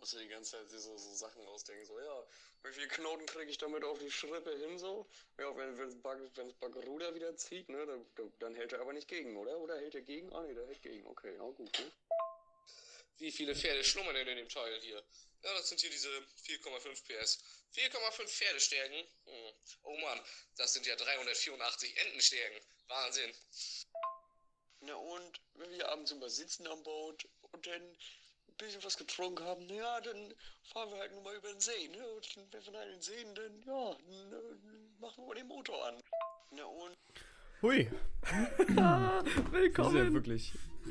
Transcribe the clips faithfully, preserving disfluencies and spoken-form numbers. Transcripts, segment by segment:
Muss du die ganze Zeit so, so Sachen ausdenken, so, ja, wie viele Knoten kriege ich damit auf die Schrippe hin, so? Ja, wenn es Baggeruder wieder zieht, ne, dann, dann hält er aber nicht gegen, oder? Oder hält er gegen? Ah, nee, der hält gegen, okay, na gut, ne? Wie viele Pferde schlummern denn in dem Teil hier? Ja, das sind hier diese vier Komma fünf P S. vier Komma fünf Pferdestärken? Hm. Oh Mann, das sind ja dreihundertvierundachtzig Entenstärken. Wahnsinn. Na und, wenn wir abends immer sitzen am Boot und dann ein bisschen was getrunken haben, naja, dann fahren wir halt nur mal über den See, ne? Und wenn wir dann den sehen, dann, ja, dann, dann machen wir mal den Motor an. Na und... Hui. Willkommen. Das ist ja wirklich...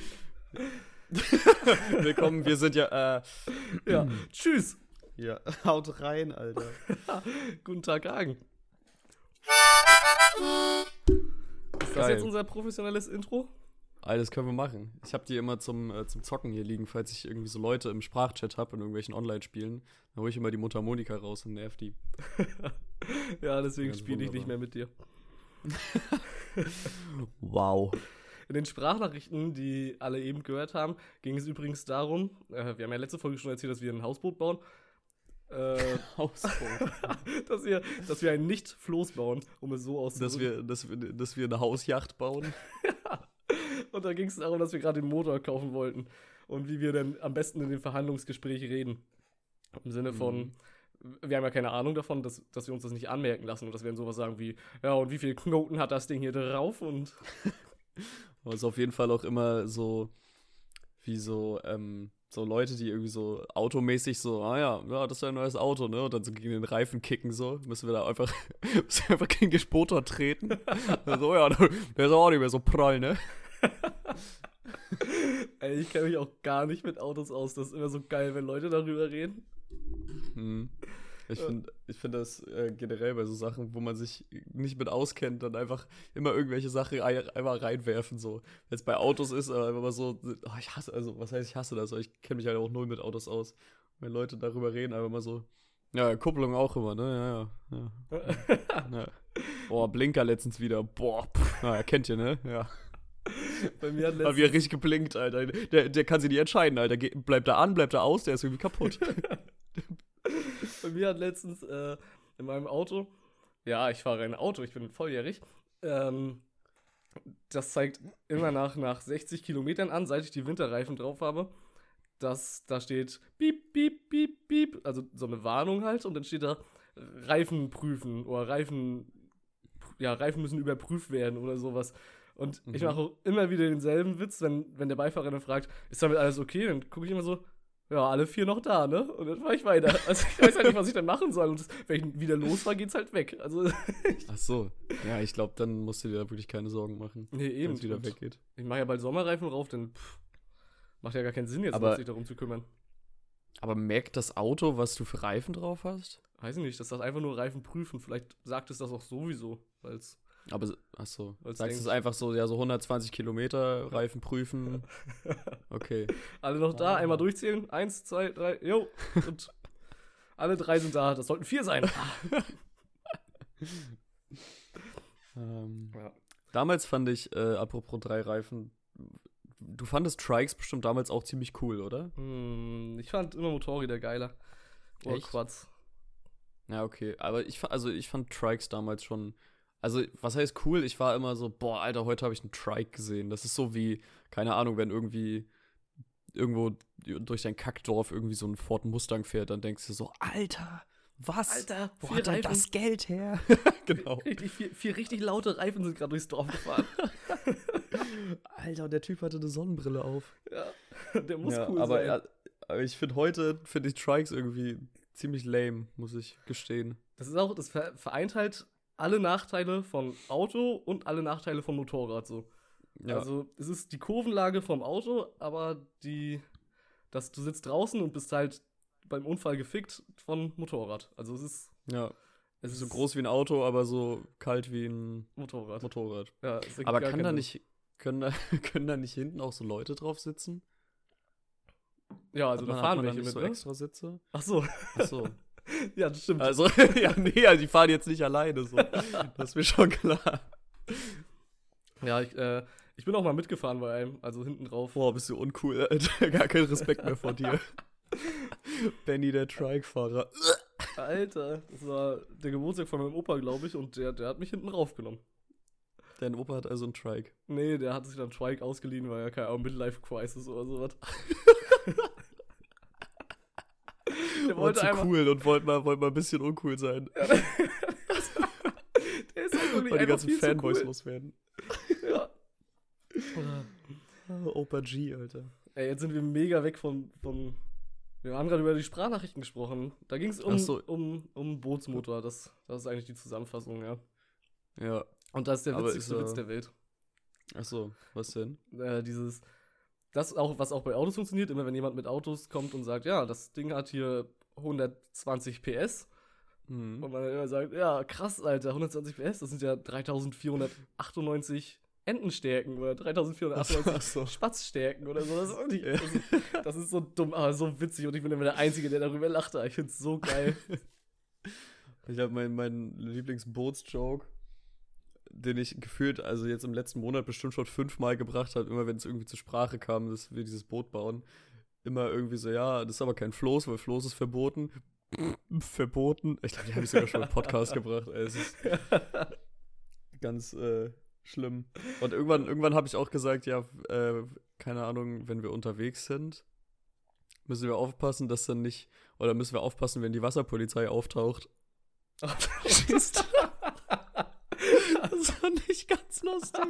Willkommen, wir sind ja, äh... Ja, tschüss. Ja, haut rein, Alter. Guten Tag, Hagen. Ist das Geil. jetzt unser professionelles Intro? Alles können wir machen. Ich habe die immer zum, äh, zum Zocken hier liegen, falls ich irgendwie so Leute im Sprachchat habe in irgendwelchen Online-Spielen. Dann hole ich immer die Mundharmonika raus und nerv die. Ja, deswegen Ganz spiele ich nicht wunderbar. mehr mit dir. Wow. In den Sprachnachrichten, die alle eben gehört haben, ging es übrigens darum, äh, wir haben ja letzte Folge schon erzählt, dass wir ein Hausboot bauen. Äh, Hausboot. dass, wir, dass wir ein Nicht-Floß bauen, um es so dass, auszudrücken. wir, dass, wir, dass wir eine Hausjacht bauen. Und da ging es darum, dass wir gerade den Motor kaufen wollten und wie wir denn am besten in dem Verhandlungsgespräch reden. Im Sinne von, Mhm. wir haben ja keine Ahnung davon, dass, dass wir uns das nicht anmerken lassen und dass wir dann sowas sagen wie, ja, und wie viele Knoten hat das Ding hier drauf? Und Aber es ist auf jeden Fall auch immer so, wie so, ähm, so Leute, die irgendwie so automäßig so, ah ja, ja, das ist ja ein neues Auto, ne? Und dann so gegen den Reifen kicken so, müssen wir da einfach, müssen wir einfach gegen den Motor treten. Dann so, ja, der ist auch nicht mehr so prall, ne? ey, ich kenne mich auch gar nicht mit Autos aus. Das ist immer so geil, wenn Leute darüber reden. Hm. Ich finde ich find das äh, generell bei so Sachen, wo man sich nicht mit auskennt, dann einfach immer irgendwelche Sachen ein, einfach reinwerfen, so. Wenn es bei Autos ist, aber einfach mal so, oh, ich hasse, also, was heißt, ich hasse das, aber ich kenne mich halt auch null mit Autos aus. Wenn Leute darüber reden, einfach mal so, ja, Kupplung auch immer, ne, ja, ja. ja. ja. Boah, Blinker letztens wieder, boah, pff, na, kennt ihr, ne, ja. Bei mir hat Hat letztens, wieder richtig geblinkt, Alter. Der, der kann sich nicht entscheiden, Alter. Ge- Bleibt er an, bleibt er aus, der ist irgendwie kaputt. bei mir hat letztens äh, in meinem Auto, ja, ich fahre ein Auto, ich bin volljährig, ähm, das zeigt immer nach, nach sechzig Kilometern an, seit ich die Winterreifen drauf habe, dass da steht piep, piep, piep, piep, also so eine Warnung halt, und dann steht da Reifen prüfen oder Reifen, ja, Reifen müssen überprüft werden oder sowas. Und ich Mhm. mache auch immer wieder denselben Witz, wenn, wenn der Beifahrer dann fragt, ist damit alles okay? Dann gucke ich immer so, ja, alle vier noch da, ne? Und dann fahre ich weiter. Also ich weiß halt nicht, was ich dann machen soll. Und das, wenn ich wieder los war, geht's halt weg. Also, Ach so. Ja, ich glaube, dann musst du dir da wirklich keine Sorgen machen, nee, wenn eben. es wieder Und weggeht. ich mache ja bald Sommerreifen drauf, dann pff, macht ja gar keinen Sinn jetzt, Aber- sich darum zu kümmern. Aber merkt das Auto, was du für Reifen drauf hast? Weiß ich nicht, dass das einfach nur Reifen prüfen. Vielleicht sagt es das auch sowieso, weil es Aber, ach so. Weil's Sagst du es denkt- einfach so, ja, so hundertzwanzig Kilometer Reifen prüfen? Okay. alle noch da, Ah. einmal durchzählen. Eins, zwei, drei, jo. Und alle drei sind da. Das sollten vier sein. Ähm, Ja. damals fand ich, äh, apropos drei Reifen, du fandest Trikes bestimmt damals auch ziemlich cool, oder? Hm, ich fand immer Motorräder geiler. Oder Echt? Quads. Ja, okay. Aber ich, fa- also ich fand Trikes damals schon. Also, was heißt cool? Ich war immer so, boah, Alter, heute habe ich einen Trike gesehen. Das ist so wie, keine Ahnung, wenn irgendwie irgendwo durch dein Kackdorf irgendwie so ein Ford Mustang fährt, dann denkst du so, Alter, was? Alter, Wo vier hat er Reifen. das Geld her? Genau. Richtig, vier, vier richtig laute Reifen sind gerade durchs Dorf gefahren. Alter, und der Typ hatte eine Sonnenbrille auf. Ja, der muss ja, cool aber, sein. er, aber ich finde heute, finde ich Trikes irgendwie ziemlich lame, muss ich gestehen. Das ist auch, das ver- vereint halt alle Nachteile von Auto und alle Nachteile von Motorrad so. Ja, Also es ist die Kurvenlage vom Auto, aber die, dass du sitzt draußen und bist halt beim Unfall gefickt von Motorrad. Also es ist, ja. es ist so groß wie ein Auto, aber so kalt wie ein Motorrad. Motorrad. Ja, es ergibt Aber gar kann keinen da Sinn. nicht, können da, können da nicht hinten auch so Leute drauf sitzen? Ja, also Hat da man- hat fahren man da welche nicht mit, so ne? extra Sitze? Ach so. Ach so. Ja, das stimmt. Also, ja, nee, also die fahren jetzt nicht alleine so. Das ist mir schon klar. Ja, ich, äh, ich bin auch mal mitgefahren bei einem, also hinten drauf. Boah, bist du uncool, Alter. Gar kein Respekt mehr vor dir. Benny, der Trike-Fahrer. Alter, das war der Geburtstag von meinem Opa, glaube ich, und der, der hat mich hinten raufgenommen. Dein Opa hat also einen Trike. Nee, der hat sich dann Trike ausgeliehen, weil er keine Ahnung, Midlife-Crisis oder sowas. Der Wollte wollte zu einfach, cool und wollte mal, wollte mal ein bisschen uncool sein. der ist halt wirklich Weil die einfach ganzen viel zu Fanboys cool. loswerden. Ja. Ah, Opa G, Alter. Ey, jetzt sind wir mega weg von, von wir haben gerade über die Sprachnachrichten gesprochen. Da ging es um, Ach so. um, um Bootsmotor. Das, das ist eigentlich die Zusammenfassung, ja. Ja. Und das ist der Aber witzigste ist, äh, Witz der Welt. Achso, was denn? Äh, dieses, das auch, was auch bei Autos funktioniert, immer wenn jemand mit Autos kommt und sagt, ja, das Ding hat hier hundertzwanzig P S. Mhm. Und man dann immer sagt, ja, krass, Alter, hundertzwanzig P S, das sind ja dreitausendvierhundertachtundneunzig Entenstärken oder dreitausendvierhundertachtundneunzig Ach so. Spatzstärken oder so. Das ist, nicht, Ja. das, ist, das ist so dumm, aber so witzig und ich bin immer der Einzige, der darüber lacht. Ich find's so geil. Ich habe meinen mein Lieblingsbootsjoke, den ich gefühlt, also jetzt im letzten Monat bestimmt schon fünfmal gebracht habe, immer wenn es irgendwie zur Sprache kam, dass wir dieses Boot bauen. Immer irgendwie so, ja, das ist aber kein Floß, weil Floß ist verboten. Verboten. Ich glaube, die habe ich sogar schon im Podcast gebracht. Ey, es ist ganz äh, schlimm. Und irgendwann, irgendwann habe ich auch gesagt, ja, äh, keine Ahnung, wenn wir unterwegs sind, müssen wir aufpassen, dass dann nicht, oder müssen wir aufpassen, wenn die Wasserpolizei auftaucht. Das war nicht ganz lustig.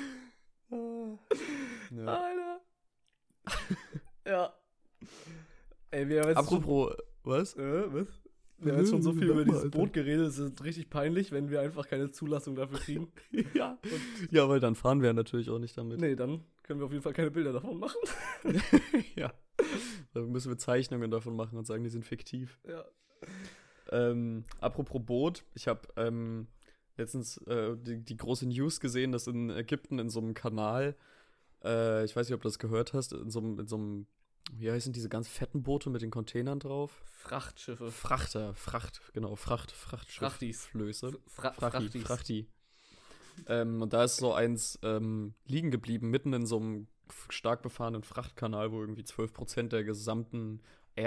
Ja. Alter. Ja. Ey, wir haben jetzt Apropos, was? schon, äh, was? Wir haben jetzt schon so viel über dieses Alter. Boot geredet, es ist richtig peinlich, wenn wir einfach keine Zulassung dafür kriegen. Ja. Ja, weil dann fahren wir natürlich auch nicht damit. Nee, dann können wir auf jeden Fall keine Bilder davon machen. Ja. Dann müssen wir Zeichnungen davon machen und sagen, die sind fiktiv. Ja. Ähm, apropos Boot, ich habe ähm, letztens äh, die, die große News gesehen, dass in Ägypten in so einem Kanal, äh, ich weiß nicht, ob du das gehört hast, in so einem, in so einem, wie heißen diese ganz fetten Boote mit den Containern drauf? Frachtschiffe. Frachter, Fracht, genau, Fracht, Frachtschiff. Frachtis. Flöße. Fra Frachti, Frachtis. Frachti. Ähm, und da ist so eins ähm, liegen geblieben, mitten in so einem f- stark befahrenen Frachtkanal, wo irgendwie zwölf Prozent der gesamten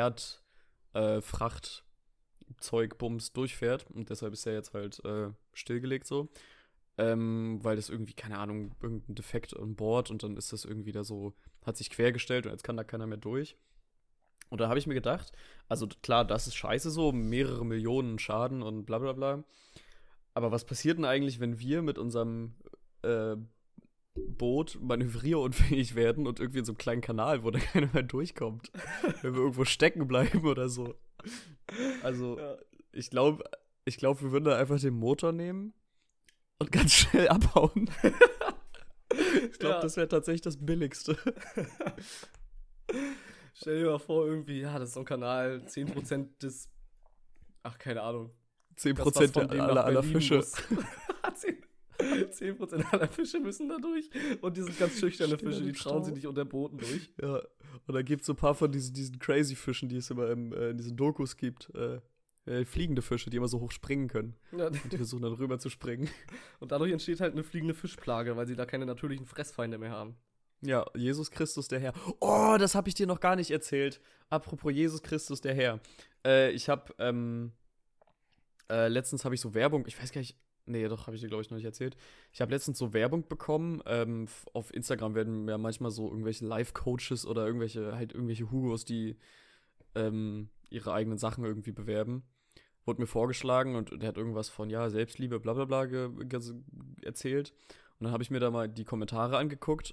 Erdfrachtzeugbums durchfährt. Und deshalb ist er jetzt halt äh, stillgelegt so. Ähm, weil das irgendwie, keine Ahnung, irgendein Defekt an Bord und dann ist das irgendwie da so, hat sich quergestellt und jetzt kann da keiner mehr durch. Und da habe ich mir gedacht, also klar, das ist scheiße so, mehrere Millionen Schaden und bla bla bla. Aber was passiert denn eigentlich, wenn wir mit unserem äh, Boot manövrierunfähig werden und irgendwie in so einem kleinen Kanal, wo da keiner mehr durchkommt? Wenn wir irgendwo stecken bleiben oder so. Also, Ja. ich glaube, ich glaub, wir würden da einfach den Motor nehmen und ganz schnell abhauen. Ich glaube, Ja. das wäre tatsächlich das Billigste. Stell dir mal vor, irgendwie, ja, das ist so ein Kanal, zehn Prozent des, ach, keine Ahnung. zehn das, was Prozent von dem aller, nach aller Berlin Fische. muss. zehn Prozent aller Fische müssen da durch. Und die sind ganz schüchterne Stehen Fische, dann die im trauen Stau. sich nicht unter Booten durch. Ja, und da gibt es so ein paar von diesen, diesen crazy Fischen, die es immer im, äh, in diesen Dokus gibt. Äh, äh, fliegende Fische, die immer so hoch springen können. Ja, Und die versuchen dann rüber zu springen. und dadurch entsteht halt eine fliegende Fischplage, weil sie da keine natürlichen Fressfeinde mehr haben. Ja, Jesus Christus der Herr. Oh, das habe ich dir noch gar nicht erzählt. Apropos Jesus Christus der Herr. Äh, ich habe, ähm, äh, letztens habe ich so Werbung, ich weiß gar nicht, nee, doch, habe ich dir, glaube ich, noch nicht erzählt. Ich habe letztens so Werbung bekommen. Ähm, f- auf Instagram werden ja manchmal so irgendwelche Life-Coaches oder irgendwelche, halt irgendwelche Hugos, die ähm, ihre eigenen Sachen irgendwie bewerben. Wurde mir vorgeschlagen und der hat irgendwas von, ja, Selbstliebe, bla bla bla ge ge erzählt. Und dann habe ich mir da mal die Kommentare angeguckt.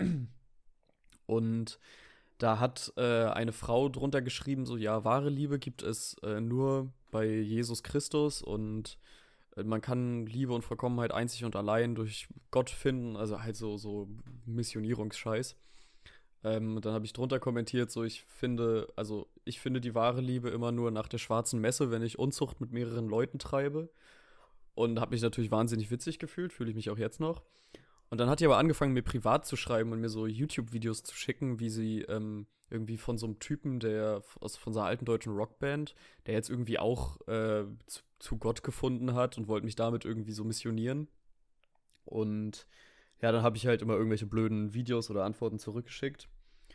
Und da hat äh, eine Frau drunter geschrieben, so, ja, wahre Liebe gibt es äh, nur bei Jesus Christus und äh, man kann Liebe und Vollkommenheit einzig und allein durch Gott finden, also halt so, so Missionierungsscheiß. Ähm, und dann habe ich drunter kommentiert, so, ich finde, also ich finde die wahre Liebe immer nur nach der schwarzen Messe, wenn ich Unzucht mit mehreren Leuten treibe. Und habe mich natürlich wahnsinnig witzig gefühlt, fühle ich mich auch jetzt noch. Und dann hat die aber angefangen, mir privat zu schreiben und mir so YouTube-Videos zu schicken, wie sie ähm, irgendwie von so einem Typen, der aus von seiner alten deutschen Rockband, der jetzt irgendwie auch äh, zu, zu Gott gefunden hat und wollte mich damit irgendwie so missionieren. Und ja, dann habe ich halt immer irgendwelche blöden Videos oder Antworten zurückgeschickt.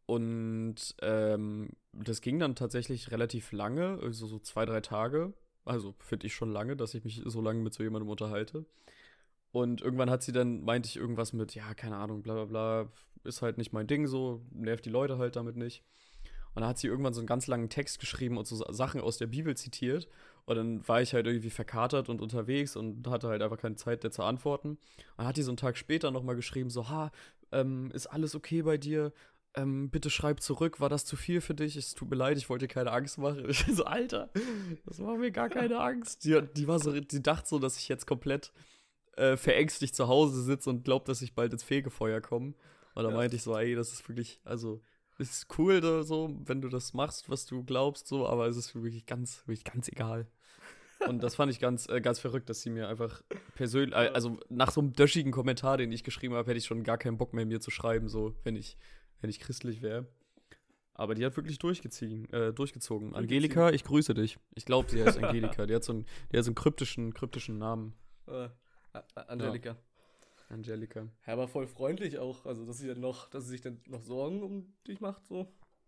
Und ähm, das ging dann tatsächlich relativ lange, also so zwei, drei Tage. Also finde ich schon lange, dass ich mich so lange mit so jemandem unterhalte. Und irgendwann hat sie dann, meinte ich irgendwas mit, ja, keine Ahnung, bla bla bla, ist halt nicht mein Ding so, nervt die Leute halt damit nicht. Und dann hat sie irgendwann so einen ganz langen Text geschrieben und so Sachen aus der Bibel zitiert. Und dann war ich halt irgendwie verkatert und unterwegs und hatte halt einfach keine Zeit, der zu antworten. Und dann hat die so einen Tag später nochmal geschrieben, so, ha, ähm, ist alles okay bei dir? Ähm, bitte schreib zurück, war das zu viel für dich? Es tut mir leid, ich wollte dir keine Angst machen. Ich so, Alter, das macht mir gar keine Angst. Die, die war so, die dachte so, dass ich jetzt komplett äh, verängstigt zu Hause sitze und glaubt, dass ich bald ins Fegefeuer komme. Und da Ja. meinte ich so, ey, das ist wirklich, also, es ist cool da, so, wenn du das machst, was du glaubst, so, aber es ist wirklich ganz, wirklich ganz egal. Und das fand ich ganz, äh, ganz verrückt, dass sie mir einfach persönlich, äh, also nach so einem döschigen Kommentar, den ich geschrieben habe, hätte ich schon gar keinen Bock mehr, mir zu schreiben, so, wenn ich, wenn ich christlich wäre. Aber die hat wirklich durchgezogen. Äh, durchgezogen. Angelika, ich grüße dich. Ich glaube, sie heißt Angelika. Die hat so einen, die hat so einen kryptischen, kryptischen Namen. Äh, A- A- Angelika. Angelika. Ja, aber voll freundlich auch, also dass sie dann noch, dass sie sich dann noch Sorgen um dich macht, so.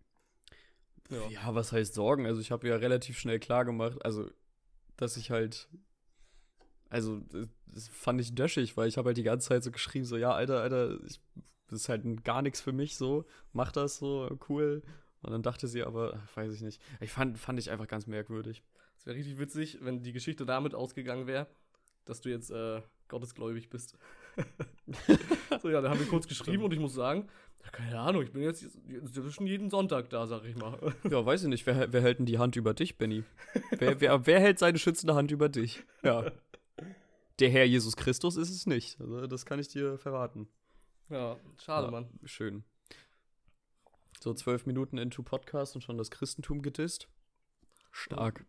Ja. Ja, was heißt Sorgen? Also ich habe ja relativ schnell klar gemacht, also, dass ich halt, also, das, das fand ich döschig, weil ich habe halt die ganze Zeit so geschrieben, so, ja, Alter, Alter, ich, das ist halt gar nichts für mich, so, mach das so, cool. Und dann dachte sie aber, ach, weiß ich nicht, ich fand, fand ich einfach ganz merkwürdig. Es wäre richtig witzig, wenn die Geschichte damit ausgegangen wäre, dass du jetzt äh, gottesgläubig bist. So, ja, dann haben wir kurz geschrieben und ich muss sagen, ja, keine Ahnung, ich bin jetzt zwischen jeden Sonntag da, sag ich mal. Ja, weiß ich nicht, wer, wer hält denn die Hand über dich, Benny? Wer, wer, wer hält seine schützende Hand über dich? Ja. Der Herr Jesus Christus ist es nicht. Also, das kann ich dir verraten. Ja, schade, Ja, Mann. Schön. So zwölf Minuten into Podcast und schon das Christentum gedisst. Stark.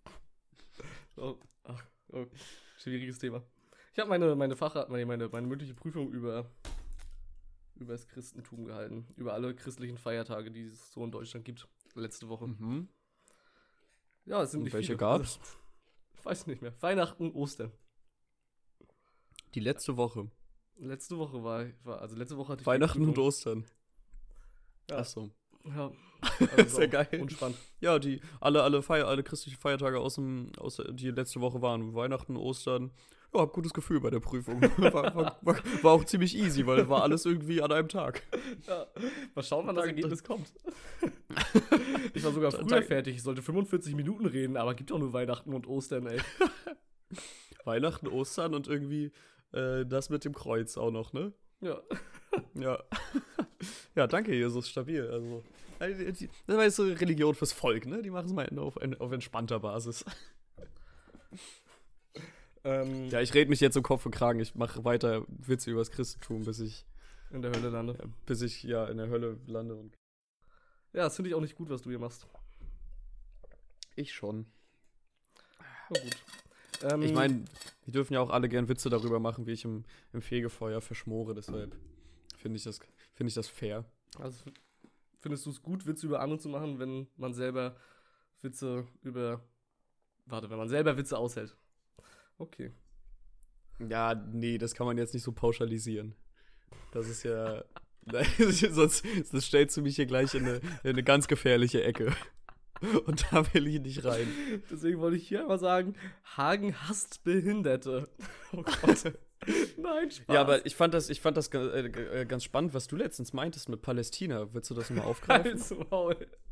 Oh, ach, oh, schwieriges Thema. Ich habe meine, meine Fach, meine, meine, meine mündliche Prüfung über, über das Christentum gehalten. Über alle christlichen Feiertage, die es so in Deutschland gibt. Letzte Woche. Mhm. Ja, es sind Und nicht welche viele. gab's? Ich weiß nicht mehr. Weihnachten, Ostern. Die letzte Woche. Letzte Woche war, war also letzte Woche hatte ich die Weihnachten und Prüfung. Ostern. Ja. Achso. Ja, Ist ja auch geil. Unspannend. Ja, die, alle, alle, Feier, alle christlichen Feiertage aus dem, aus, der- die letzte Woche waren. Weihnachten, Ostern. Ja, hab gutes Gefühl bei der Prüfung. War, war, war, war auch ziemlich easy, weil war alles irgendwie an einem Tag. Ja. Mal schauen, wann das Danke. Ergebnis kommt. Ich war sogar früher Danke. fertig. Ich sollte fünfundvierzig Minuten reden, aber gibt doch nur Weihnachten und Ostern, ey. Weihnachten, Ostern und irgendwie äh, das mit dem Kreuz auch noch, ne? Ja. Ja. Ja, danke, Jesus, stabil. Also, äh, die- das war jetzt so Religion fürs Volk, ne? Die machen es mal auf, auf entspannter Basis. Ähm, Ja, ich rede mich jetzt um Kopf und Kragen. Ich mache weiter Witze über das Christentum, bis ich, in der Hölle lande. bis ich ja in der Hölle lande. Und Ja, das finde ich auch nicht gut, was du hier machst. ich schon. Na gut. Ähm, Ich meine, wir dürfen ja auch alle gern Witze darüber machen, wie ich im, im Fegefeuer verschmore. Deshalb finde ich, das, find ich das fair. Also, f- findest du es gut, Witze über andere zu machen, wenn man selber Witze über. Warte, wenn man selber Witze aushält. Okay. Ja, nee, das kann man jetzt nicht so pauschalisieren. Das ist ja. Sonst das stellst du mich hier gleich in eine, in eine ganz gefährliche Ecke. Und da will ich nicht rein. Deswegen wollte ich hier einmal sagen: Hagen hasst Behinderte. Oh Gott. Nein, Spaß. Ja, aber ich fand das, ich fand das ga- äh, g- äh, ganz spannend, was du letztens meintest mit Palästina. Willst du das nochmal aufgreifen? Halt's Maul.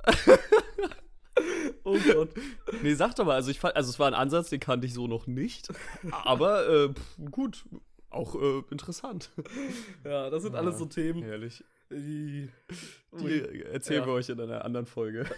Oh Gott. Nee, sag doch mal, also ich fand, also es war ein Ansatz, den kannte ich so noch nicht. Aber äh, pf, gut, auch äh, interessant. Ja, das sind Ja, alles so Themen, Herrlich. die. Die erzählen Ja. wir euch in einer anderen Folge.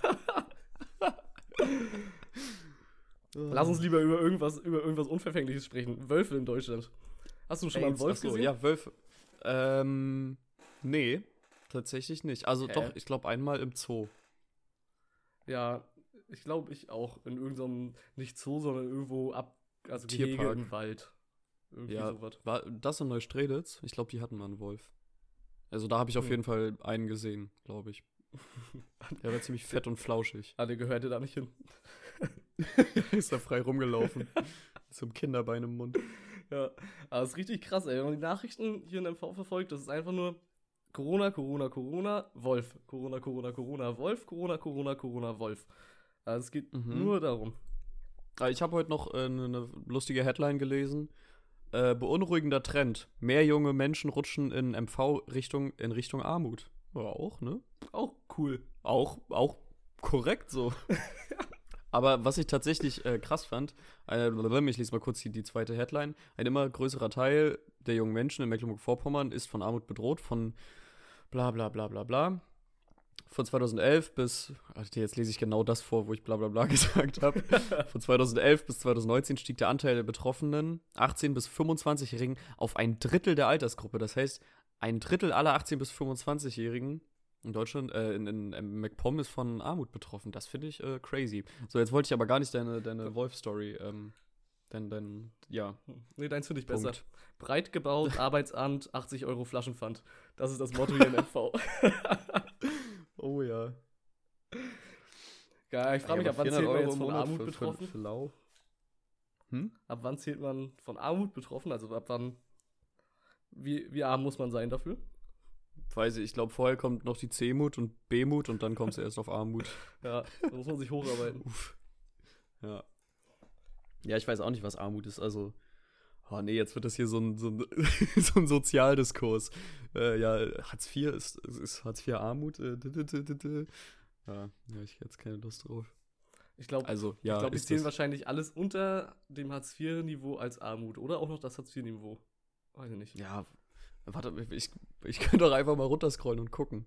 Lass uns lieber über irgendwas, über irgendwas Unverfängliches sprechen. Wölfe in Deutschland. Hast du schon mal einen Wolf Ach so, gesehen? ja, Wölfe. Ähm, nee, tatsächlich nicht. Also Hä? doch, ich glaube einmal im Zoo. Ja, ich glaube ich auch. In irgendeinem, nicht Zoo, sondern irgendwo ab, also Gehege Tierpark. im Wald. Irgendwie Ja, sowas. war das in Neustrelitz? Ich glaube, die hatten mal einen Wolf. Also da habe ich auf Hm. jeden Fall einen gesehen, glaube ich. Der war ziemlich fett und flauschig. Ah, der gehörte da nicht hin. Ist da frei rumgelaufen. Mit so einem Kinderbein im Mund. Ja, aber das ist richtig krass, ey. Wenn man die Nachrichten hier in M V verfolgt, das ist einfach nur Corona, Corona, Corona, Wolf. Corona, Corona, Corona, Wolf. Corona, Corona, Corona, Wolf. Also es geht Mhm. nur darum. Ich habe heute noch äh, eine ne lustige Headline gelesen. Äh, beunruhigender Trend. Mehr junge Menschen rutschen in M V-Richtung in Richtung Armut. Ja, auch, ne? Auch cool. Auch, auch korrekt so. Aber was ich tatsächlich äh, krass fand, äh, ich lese mal kurz die, die zweite Headline. Ein immer größerer Teil der jungen Menschen in Mecklenburg-Vorpommern ist von Armut bedroht, von bla bla bla bla bla. Von zweitausendelf bis, also jetzt lese ich genau das vor, wo ich bla bla bla gesagt habe. Von zweitausendelf bis zweitausendneunzehn stieg der Anteil der Betroffenen achtzehn- bis fünfundzwanzig-Jährigen auf ein Drittel der Altersgruppe. Das heißt, ein Drittel aller achtzehn- bis fünfundzwanzig-Jährigen in Deutschland, äh, in, in, in MacPom ist von Armut betroffen. Das finde ich äh, crazy. So, jetzt wollte ich aber gar nicht deine, deine Wolf-Story, ähm, dein, dein, ja. Nee, deins finde ich Punkt. besser. Breit gebaut, Arbeitsamt, achtzig Euro Flaschenpfand. Das ist das Motto hier in M V. Oh ja. Geil, ich frage mich, Ja, ab aber wann zählt man vierhundert jetzt Euro von im Monat Armut für- für- betroffen? Für lau. Hm? Ab wann zählt man von Armut betroffen? Also ab wann, wie, wie arm muss man sein dafür? Weiß ich, ich glaube, vorher kommt noch die C-Mut und B-Mut und dann kommst du erst auf Armut. Ja, da muss man sich hocharbeiten. Uff. Ja. Ja, ich weiß auch nicht, was Armut ist. Also, oh nee, jetzt wird das hier so ein, so ein, so ein Sozialdiskurs. Äh, ja, Hartz vier ist, ist Hartz vier Armut? Äh, d- d- d- d- d- ja, ja, ich hätte jetzt keine Lust drauf. Ich glaube, Also, ja, ich glaube, die ist zählen das- wahrscheinlich alles unter dem Hartz vier Niveau als Armut. Oder auch noch das Hartz vier Niveau. Weiß ich nicht. Ja, warte, ich, ich könnte doch einfach mal runterscrollen und gucken.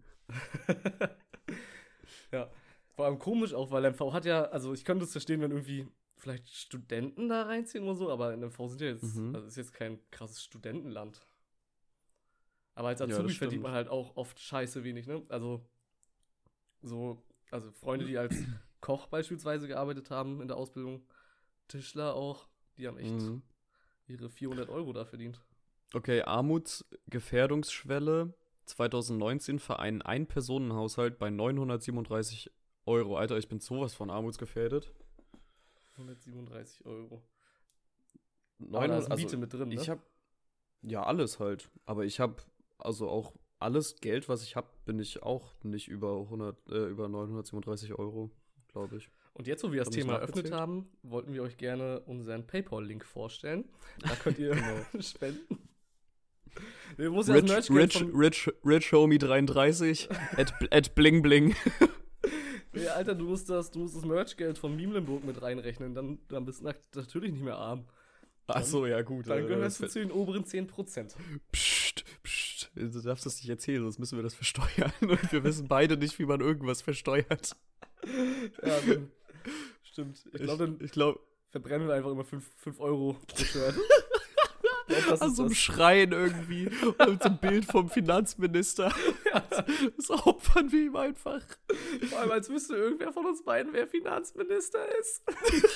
Ja, vor allem komisch auch, weil M V hat ja, also ich könnte es verstehen, wenn irgendwie vielleicht Studenten da reinziehen oder so, aber in M V sind ja jetzt, Mhm. also ist jetzt kein krasses Studentenland. Aber als Ja, das Azubi verdient stimmt. man halt auch oft scheiße wenig, ne? Also, so, also Freunde, die als Koch beispielsweise gearbeitet haben in der Ausbildung, Tischler auch, die haben echt Mhm. ihre vierhundert Euro da verdient. Okay, Armutsgefährdungsschwelle zweitausendneunzehn für einen Ein-Personen-Haushalt bei neunhundertsiebenunddreißig Euro. Alter, ich bin sowas von armutsgefährdet. hundertsiebenunddreißig Euro. Aber Neun- da ist also, Miete mit drin, ne? Ich habe ja alles halt, aber ich habe also auch alles Geld, was ich habe, bin ich auch nicht über hundert, äh, über neunhundertsiebenunddreißig Euro, glaube ich. Und jetzt, wo wir das Hab ich's Thema eröffnet nachgezählt? haben, wollten wir euch gerne unseren PayPal-Link vorstellen. Da könnt ihr spenden. Wir muss ja das Rich, Merch-Geld rich, von, rich, rich Homie dreiunddreißig at, at bling bling. nee, Alter, du musst das, du musst das Merch-Geld von Memelenburg mit reinrechnen. Dann, dann bist du nat- natürlich nicht mehr arm. Ach so, ja gut. Dann äh, gehörst du das- zu den oberen zehn Prozent. Psst, psst. Du darfst das nicht erzählen, sonst müssen wir das versteuern. Und wir wissen beide nicht, wie man irgendwas versteuert. Ja, dann, stimmt. Ich glaube, dann ich glaube, verbrennen wir einfach immer fünf Euro pro Shirt. Ich glaub, das an ist so einem das. Schrein irgendwie. Und so ein Bild vom Finanzminister. Das opfern wir ihm einfach. Vor allem, als wüsste irgendwer von uns beiden, wer Finanzminister ist.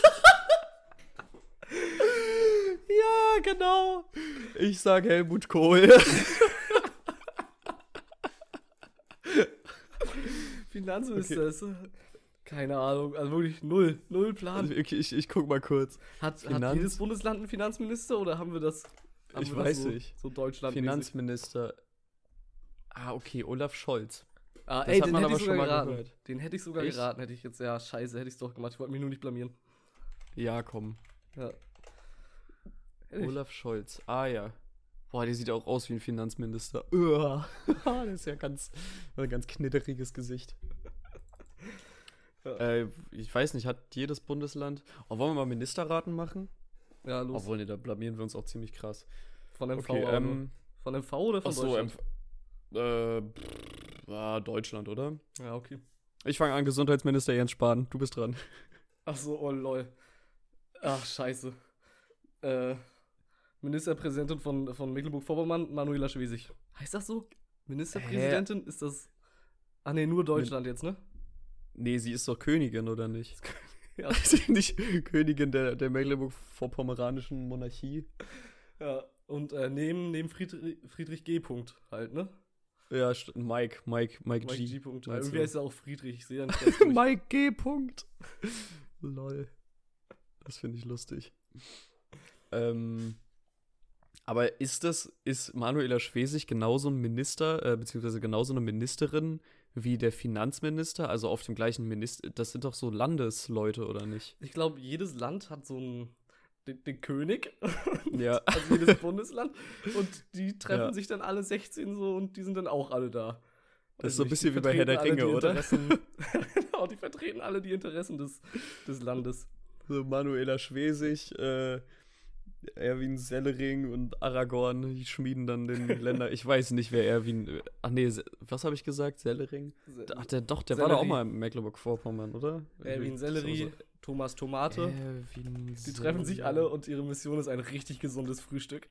Ja, genau. Ich sag Helmut Kohl. Finanzminister ist. äh, Keine Ahnung, also wirklich null, null Plan. Also, ich, ich, ich guck mal kurz. Hat, hat Finanz- jedes Bundesland einen Finanzminister oder haben wir das? Haben Ich wir das weiß so, nicht. So Deutschland. Finanzminister. Ah, okay, Olaf Scholz. Ah, das ey, hat den man hätte aber ich schon sogar mal geraten. gehört. Den hätte ich sogar Echt? geraten, hätte ich jetzt, ja, scheiße, hätte ich es doch gemacht. Ich wollte mich nur nicht blamieren. Ja, komm. Ja. Hätte ich. Olaf Scholz. Ah, ja. Boah, der sieht auch aus wie ein Finanzminister. Uah. Das ist ja ganz, ein ganz knitteriges Gesicht. Ja. Äh, ich weiß nicht, hat jedes Bundesland. Oh, wollen wir mal Ministerraten machen? Ja, los. Obwohl, ne, da blamieren wir uns auch ziemlich krass. Von M V. Okay, aber ähm. nur. Von M V oder von Ach so, Deutschland? äh, pff, ah, Deutschland, oder? Ja, okay. Ich fange an, Gesundheitsminister Jens Spahn. Du bist dran. Ach so, oh lol. Ach, scheiße. Äh, Ministerpräsidentin von, von Mecklenburg-Vorpommern, Manuela Schwesig. Heißt das so? Ministerpräsidentin? Ist das. Ah, nee, nur Deutschland jetzt, ne? Nee, sie ist doch Königin, oder nicht? Ja. Ist sie nicht Königin der, der Mecklenburg-Vorpommeranischen Monarchie? Ja, und äh, neben, neben Friedrich, Friedrich G. Punkt halt, ne? Ja, st- Mike, Mike, Mike, Mike G. G. Punkt. meinst Irgendwie du? heißt er auch Friedrich, ich sehe ja nicht ganz durch. Mike G. Punkt. Lol. Das finde ich lustig. Ähm, Aber ist das, ist Manuela Schwesig genauso ein Minister, äh, beziehungsweise genauso eine Ministerin wie der Finanzminister? Also auf dem gleichen Minister, das sind doch so Landesleute, oder nicht? Ich glaube, jedes Land hat so einen, den, den König, Ja. also jedes Bundesland, und die treffen Ja. sich dann alle sechzehn so und die sind dann auch alle da. Das ist so ein ich- bisschen die wie bei Herr der vertreten alle Ringe, die oder? Interessen- Genau, die vertreten alle die Interessen des, des Landes. So Manuela Schwesig, äh, Erwin Sellering und Aragorn, die schmieden dann den Länder. Ich weiß nicht, wer Erwin. Ach nee, Se- was habe ich gesagt? Sellering? Ach, der doch, der war doch auch Sellerie. mal in Mecklenburg-Vorpommern, oder? Erwin Sellerie, Thomas Tomate. Erwin Die treffen sich alle und ihre Mission ist ein richtig gesundes Frühstück.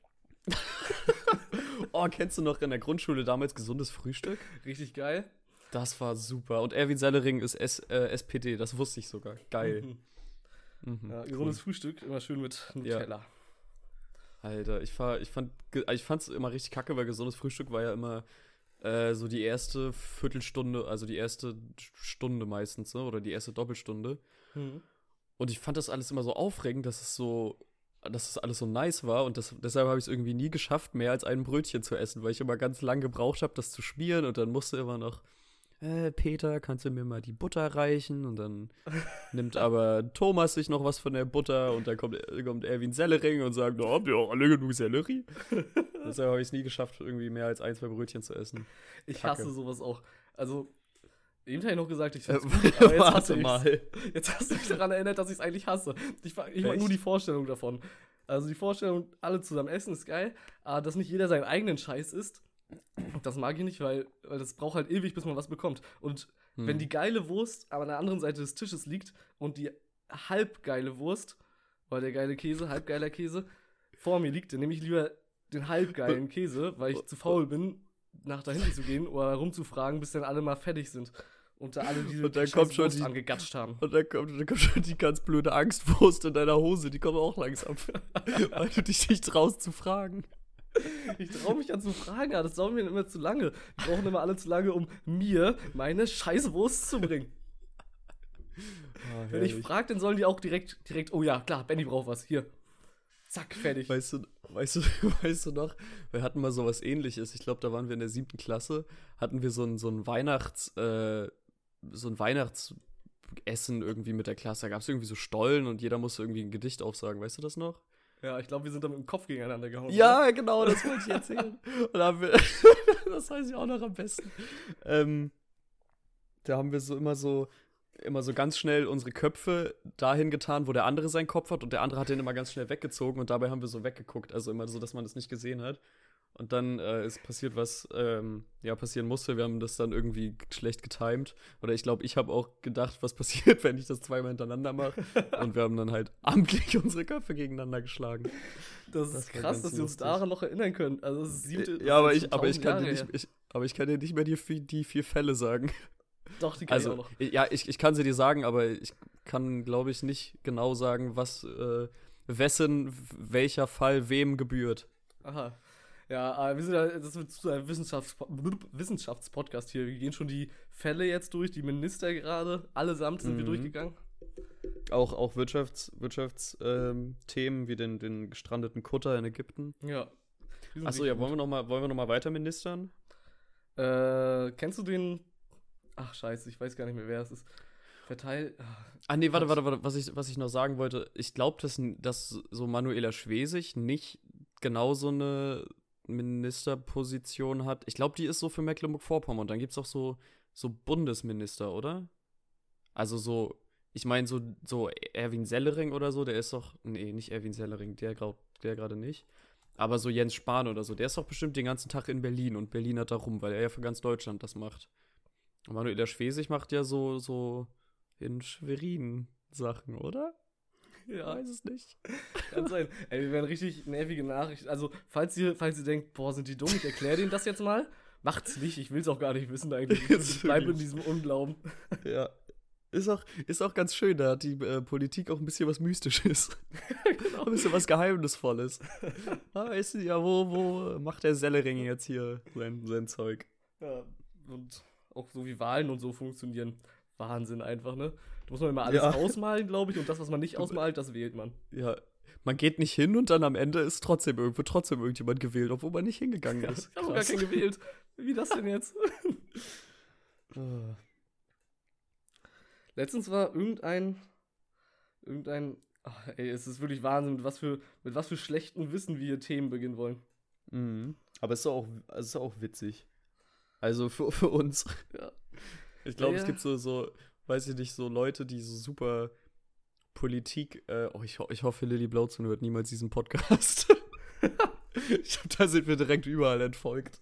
Oh, kennst du noch in der Grundschule damals gesundes Frühstück? Richtig geil. Das war super. Und Erwin Sellering ist S, äh, S P D, das wusste ich sogar. Geil. Mhm. Mhm, Ja, cool. gesundes Frühstück, immer schön mit Nutella. Alter, ich, fahr, ich fand ich fand's immer richtig kacke, weil gesundes Frühstück war ja immer äh, so die erste Viertelstunde, also die erste Stunde meistens, ne? Oder die erste Doppelstunde. Mhm. Und ich fand das alles immer so aufregend, dass es so, dass es alles so nice war. Und das, deshalb habe ich es irgendwie nie geschafft, mehr als ein Brötchen zu essen, weil ich immer ganz lang gebraucht habe, das zu schmieren. Und dann musste immer noch, äh, Peter, kannst du mir mal die Butter reichen? Und dann nimmt aber Thomas sich noch was von der Butter. Und dann kommt, kommt Erwin Sellering und sagt, na, habt ihr auch alle genug Sellerie? Deshalb habe ich es nie geschafft, irgendwie mehr als ein, zwei Brötchen zu essen. Ich Kacke. hasse sowas auch. Also, eben habe ich noch gesagt, ich Äh, find's gut, aber jetzt hasse warte ich's. mal. Jetzt hast du mich daran erinnert, dass ich es eigentlich hasse. Ich, fa- ich mag Echt? nur die Vorstellung davon. Also die Vorstellung, alle zusammen essen, ist geil, aber dass nicht jeder seinen eigenen Scheiß isst, das mag ich nicht, weil, weil das braucht halt ewig, bis man was bekommt. Und Hm. wenn die geile Wurst aber an der anderen Seite des Tisches liegt und die halbgeile Wurst, oder der geile Käse, halbgeiler Käse, vor mir liegt, dann nehme ich lieber den halbgeilen Käse, weil ich zu faul bin, nach da hinten zu gehen oder rumzufragen, bis dann alle mal fertig sind. Und da alle diese Und dann scheiß kommt schon Wurst die- angegatscht haben. Und dann kommt, dann kommt schon die ganz blöde Angstwurst in deiner Hose, die kommt auch langsam. Weil du dich nicht traust zu fragen. Ich traue mich an zu fragen, aber das dauert mir immer zu lange. Die brauchen immer alle zu lange, um mir meine scheiß Wurst zu bringen. Wenn ich frage, dann sollen die auch direkt, direkt, oh ja, klar, Benny braucht was, hier. Zack, fertig. Weißt du, weißt du, weißt du noch, wir hatten mal sowas ähnliches, ich glaube, da waren wir in der siebten Klasse, hatten wir so ein, so ein Weihnachts, äh, so ein Weihnachtsessen irgendwie mit der Klasse, da gab es irgendwie so Stollen und jeder musste irgendwie ein Gedicht aufsagen, weißt du das noch? Ja, ich glaube, wir sind da mit dem Kopf gegeneinander gehauen. oder? Ja, genau, das wollte ich erzählen. Und da haben wir, das weiß ich auch noch am besten. Ähm, da haben wir so immer so, immer so ganz schnell unsere Köpfe dahin getan, wo der andere seinen Kopf hat und der andere hat den immer ganz schnell weggezogen und dabei haben wir so weggeguckt, also immer so, dass man das nicht gesehen hat. Und dann äh, ist passiert, was ähm, ja passieren musste. Wir haben das dann irgendwie schlecht getimed. Oder ich glaube, ich habe auch gedacht, was passiert, wenn ich das zweimal hintereinander mache. Und wir haben dann halt amtlich unsere Köpfe gegeneinander geschlagen. Das ist Das war krass, ganz dass wir uns lustig. daran noch erinnern können. Also, das ist siebte. Ja, aber das ich, ist aber ich tausend kann dir Jahre nicht, her. ich, aber ich kann dir nicht mehr die, vi- die vier Fälle sagen. Doch, die kann ich auch Also, noch. ja, ich, ich kann sie dir sagen, aber ich kann, glaube ich, nicht genau sagen, was, äh, wessen, welcher Fall wem gebührt. Aha. Ja, aber wir sind ja, das wird zu einem Wissenschafts Wissenschaftspodcast hier. Wir gehen schon die Fälle jetzt durch, die Minister gerade. Allesamt sind wir Mhm. durchgegangen. Auch, auch Wirtschafts, Wirtschaftsthemen, ähm, wie den, den gestrandeten Kutter in Ägypten. Ja. Die sind Achso, ja, richtig wollen wir noch mal, wollen wir noch mal weiter ministern? gut. Äh, kennst du den. Ach, scheiße, ich weiß gar nicht mehr, wer es ist. Verteil. Ah, nee, warte, warte, warte, was ich, was ich noch sagen wollte. Ich glaube, dass, dass so Manuela Schwesig nicht genau so eine Ministerposition hat. Ich glaube, die ist so für Mecklenburg-Vorpommern. Und dann gibt es auch so, so Bundesminister, oder? Also so, ich meine, so, so Erwin Sellering oder so, der ist doch. Nee, nicht Erwin Sellering, der, grau- der gerade nicht. Aber so Jens Spahn oder so, der ist doch bestimmt den ganzen Tag in Berlin und Berlin hat da rum, weil er ja für ganz Deutschland das macht. Und Manuela Schwesig macht ja so, so in Schwerin Sachen, oder? Ja, Weiß es nicht. kann sein. Ey, wir werden richtig nervige Nachrichten. Also, falls ihr, falls ihr denkt, boah, sind die dumm, ich erkläre denen das jetzt mal. Macht's nicht, ich will's auch gar nicht wissen eigentlich. Ich bleibe in Wirklich. diesem Unglauben. Ja. Ist auch, ist auch ganz schön, da hat die äh, Politik auch ein bisschen was Mystisches. Genau. Ein bisschen was Geheimnisvolles. Ah, weißt du, ja, wo, wo macht der Sellering jetzt hier sein, sein Zeug? Ja, und auch so wie Wahlen und so funktionieren. Wahnsinn einfach, ne? Da muss man immer alles Ja. ausmalen, glaube ich, und das, was man nicht ausmalt, das wählt man. Ja, man geht nicht hin und dann am Ende ist trotzdem irgendwo trotzdem irgendjemand gewählt, obwohl man nicht hingegangen ist. Ich habe gar keinen gewählt. Wie das denn jetzt? Ah. Letztens war irgendein, irgendein, ach, ey, es ist wirklich Wahnsinn, mit was für, mit was für schlechtem Wissen wir hier Themen beginnen wollen. Mhm. Aber es ist auch, es ist auch witzig. Also für, für uns. Ja. Ich glaube, Ja, es ja. gibt so, so, weiß ich nicht, so Leute, die so super Politik, äh, oh, ich, ho- ich hoffe, Lilly Blauzun hört niemals diesen Podcast. Ich glaube, da sind wir direkt überall entfolgt.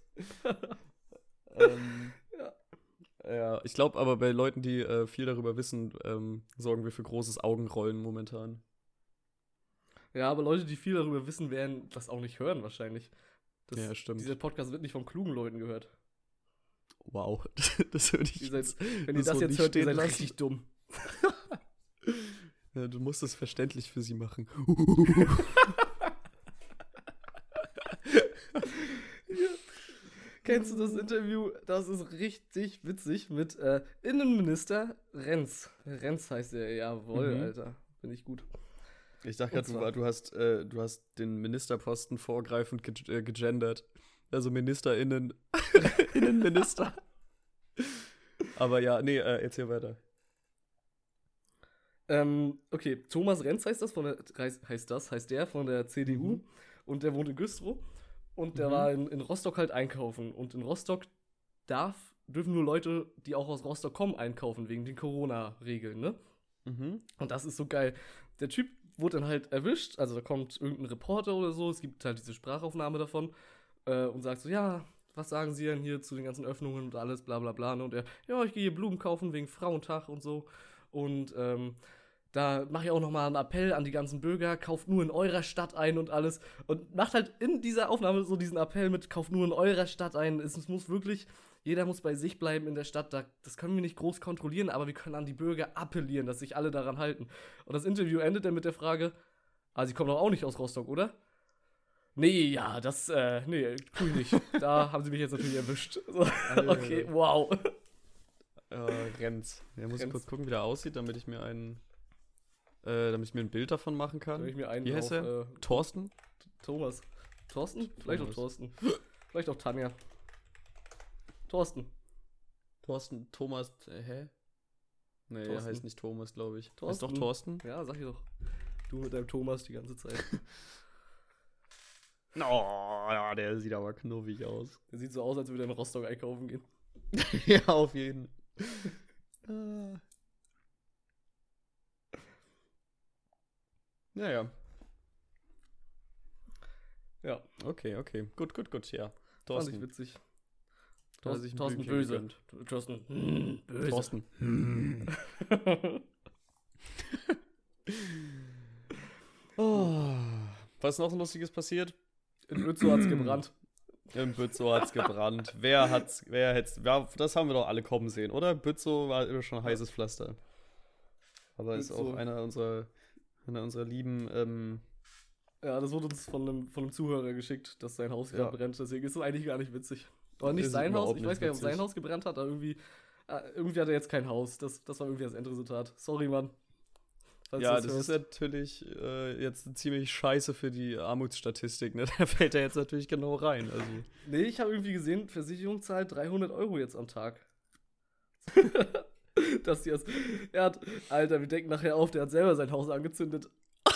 ähm, Ja. ja, ich glaube aber bei Leuten, die äh, viel darüber wissen, ähm, sorgen wir für großes Augenrollen momentan. Ja, aber Leute, die viel darüber wissen, werden das auch nicht hören wahrscheinlich. Das, Ja, stimmt. Dieser Podcast wird nicht von klugen Leuten gehört. Wow, das würde ich Ihr seid, jetzt, wenn ihr das so jetzt nicht hört, ihr stehen seid lassen. richtig dumm. Ja, du musst es verständlich für sie machen. Kennst du das Interview? Das ist richtig witzig mit äh, Innenminister Renz. Renz heißt er, jawohl, Mhm. Alter. Bin ich gut. Ich dachte Und gerade, du, zwar- war- du, hast, äh, du hast den Ministerposten vorgreifend ge äh, gegendert. Also MinisterInnen. Innenminister. Aber ja, nee, äh, erzähl weiter. Ähm, okay, Thomas Renz heißt das, von der, heißt, heißt das, heißt der von der C D U. Mhm. Und der wohnt in Güstrow. Und der Mhm. war in, in Rostock halt einkaufen. Und in Rostock darf, dürfen nur Leute, die auch aus Rostock kommen, einkaufen, wegen den Corona-Regeln, ne? Mhm. Und das ist so geil. Der Typ wurde dann halt erwischt, also da kommt irgendein Reporter oder so, es gibt halt diese Sprachaufnahme davon äh, und sagt so, ja, was sagen Sie denn hier zu den ganzen Öffnungen und alles, bla bla bla. Ne? Und er, ja, ich gehe hier Blumen kaufen wegen Frauentag und so. Und ähm, da mache ich auch nochmal einen Appell an die ganzen Bürger, kauft nur in eurer Stadt ein und alles. Und macht halt in dieser Aufnahme so diesen Appell mit, kauft nur in eurer Stadt ein. Es, es muss wirklich, jeder muss bei sich bleiben in der Stadt. Da, das können wir nicht groß kontrollieren, aber wir können an die Bürger appellieren, dass sich alle daran halten. Und das Interview endet dann mit der Frage, ah, Sie kommen doch auch nicht aus Rostock, oder? Nee, ja, das, äh, nee, tu ich nicht. Da haben Sie mich jetzt natürlich erwischt. So, okay, wow. Äh, Renz. Ja, muss ich Renz. kurz gucken, wie der aussieht, damit ich mir einen, äh, damit ich mir ein Bild davon machen kann. Soll ich mir einen Wie heißt auf, er? äh, Thorsten? Thomas. Thorsten? Vielleicht auch Thomas. Thorsten. Vielleicht auch Tanja. Thorsten. Thorsten, Thomas, äh, hä? Nee, er Thorsten. heißt nicht Thomas, glaube ich. Ist Thorsten. doch Thorsten? Ja, sag ich doch. Du mit deinem Thomas die ganze Zeit. Oh, ja, der sieht aber knuffig aus. Der sieht so aus, als würde er in Rostock einkaufen gehen. Ja, auf jeden. Ah. Naja, Ja, okay, okay. Gut, gut, gut, ja. fand ich Thorsten. witzig. Hat er Thorsten, sich ein Thorsten Blümchen böse. gegönnt. Thorsten, hm, böse. Thorsten. Oh. Was ist noch so Lustiges passiert? In Lützow hat's gebrannt. In Bützow hat's gebrannt. Wer hat's, wer hätt's, wer, das haben wir doch alle kommen sehen, oder? Bützow war immer schon heißes Pflaster. Aber ist Bützow. auch einer unserer, einer unserer lieben, ähm, Ja, das wurde uns von einem, von einem Zuhörer geschickt, dass sein Haus Ja. gerade brennt. Deswegen ist es eigentlich gar nicht witzig. Oder nicht Ist sein Haus. überhaupt Ich weiß nicht gar nicht, ob sein witzig. Haus gebrannt hat, aber irgendwie, äh, irgendwie hat er jetzt kein Haus. Das, das war irgendwie das Endresultat. Sorry, Mann. Falls ja, du das ist hörst. natürlich äh, jetzt ziemlich scheiße für die Armutsstatistik, ne? Da fällt er jetzt natürlich genau rein. Also. Nee, ich habe irgendwie gesehen, Versicherung zahlt dreihundert Euro jetzt am Tag. Dass die das. Er hat. Alter, wir denken nachher auf, der hat selber sein Haus angezündet.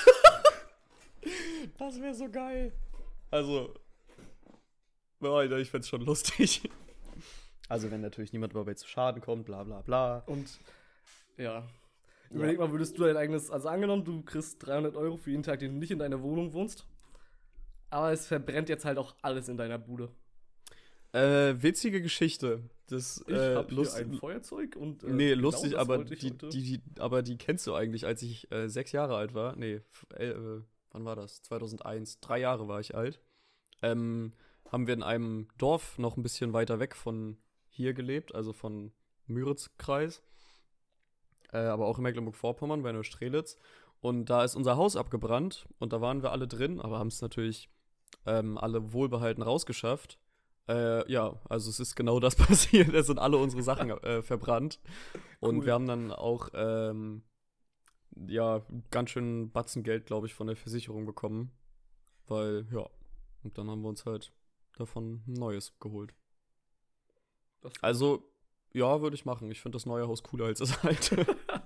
Das wäre so geil. Also, ja, Alter, ich find's schon lustig. Also, wenn natürlich niemand dabei zu Schaden kommt, bla bla bla. Und. Ja. Überleg mal, würdest du dein eigenes. Also, angenommen, du kriegst dreihundert Euro für jeden Tag, den du nicht in deiner Wohnung wohnst. Aber es verbrennt jetzt halt auch alles in deiner Bude. Äh, witzige Geschichte. Das, Ich äh, hab hier lust- ein Feuerzeug und. Äh, Nee, genau lustig, das aber wollte ich die, heute. die, die, aber die kennst du eigentlich, als ich äh, sechs Jahre alt war. Nee, f- äh, äh, wann war das? zweitausendeins. Drei Jahre war ich alt. Ähm, haben wir in einem Dorf noch ein bisschen weiter weg von hier gelebt, also von Müritz-Kreis. Äh, aber auch in Mecklenburg-Vorpommern, bei Neustrelitz. Und da ist unser Haus abgebrannt und da waren wir alle drin, aber haben es natürlich ähm, alle wohlbehalten rausgeschafft. Äh, ja, also es ist genau das passiert. Es sind alle unsere Sachen äh, verbrannt. Und Cool. wir haben dann auch ähm, ja, ganz schön Batzen Geld, glaube ich, von der Versicherung bekommen. Weil, ja, und dann haben wir uns halt davon ein neues geholt. Das Also, ja, würde ich machen. Ich finde das neue Haus cooler als das alte.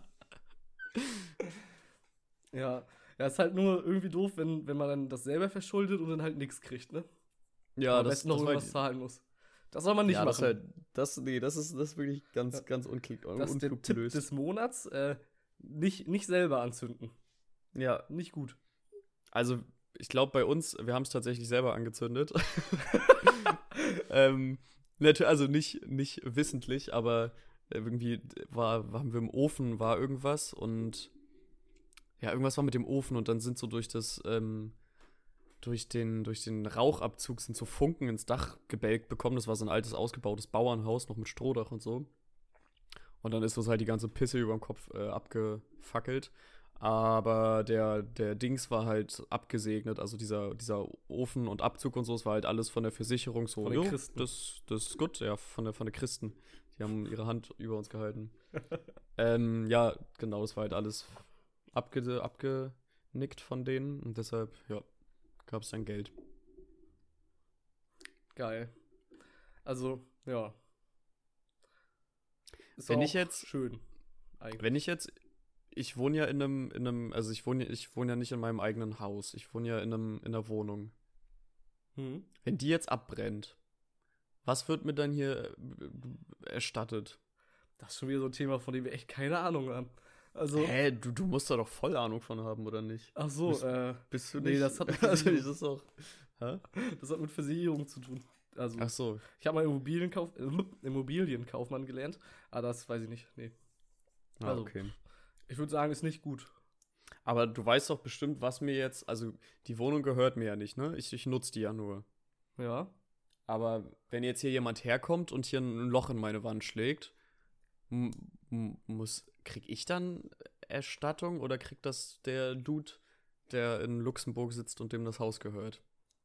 Ja, ja, ist halt nur irgendwie doof, wenn, wenn man dann das selber verschuldet und dann halt nichts kriegt, ne? Ja, Am das, besten noch das war irgendwas zahlen muss. Das soll man nicht ja, das, machen. halt, das, nee, das ist, das ist wirklich ganz, Ja. ganz unklick, Das ist der unklug Tipp gelöst. des Monats. Äh, nicht, nicht selber anzünden. Ja, Nicht gut. also ich glaube bei uns, wir haben es tatsächlich selber angezündet. ähm, natu- also nicht, nicht wissentlich, aber irgendwie war, waren wir im Ofen, war irgendwas und ja, irgendwas war mit dem Ofen und dann sind so durch das, ähm, durch den, durch den Rauchabzug sind so Funken ins Dach gebälkt bekommen. Das war so ein altes, ausgebautes Bauernhaus, noch mit Strohdach und so. Und dann ist uns halt die ganze Pisse über dem Kopf äh, abgefackelt. Aber der, der Dings war halt abgesegnet, also dieser, dieser Ofen und Abzug und so, es war halt alles von der Versicherung so. Von den jo, Christen. Das, das ist gut, ja, von der, von der Christen. Die haben ihre Hand über uns gehalten. ähm, ja, genau, das war halt alles abge, abgenickt von denen und deshalb, ja, gab es dann Geld. Geil. Also, ja. Ist Wenn auch ich jetzt- schön. Eigentlich. Wenn ich jetzt, ich wohne ja in einem, in einem, also ich wohne, ich wohne ja nicht in meinem eigenen Haus, ich wohne ja in einem, in einer Wohnung. Hm. Wenn die jetzt abbrennt, was wird mir dann hier äh, erstattet? Das ist schon wieder so ein Thema, von dem wir echt keine Ahnung haben. Also, Hä, du, du musst da doch voll Ahnung von haben, oder nicht? ach so, Bist- äh, Bist du Nee, nicht? das hat mit also, Versicherung- das ist auch. Hä? das hat mit Versicherung zu tun. Also, Ach so. ich habe mal Immobilienkauf, äh, Immobilienkaufmann gelernt, aber das weiß ich nicht. Nee. Ah, Also. okay. Ich würde sagen, ist nicht gut. Aber du weißt doch bestimmt, was mir jetzt, also die Wohnung gehört mir ja nicht, ne? Ich, ich nutze die ja nur. Ja. Aber wenn jetzt hier jemand herkommt und hier ein Loch in meine Wand schlägt, m- m- muss, krieg ich dann Erstattung oder kriegt das der Dude, der in Luxemburg sitzt und dem das Haus gehört?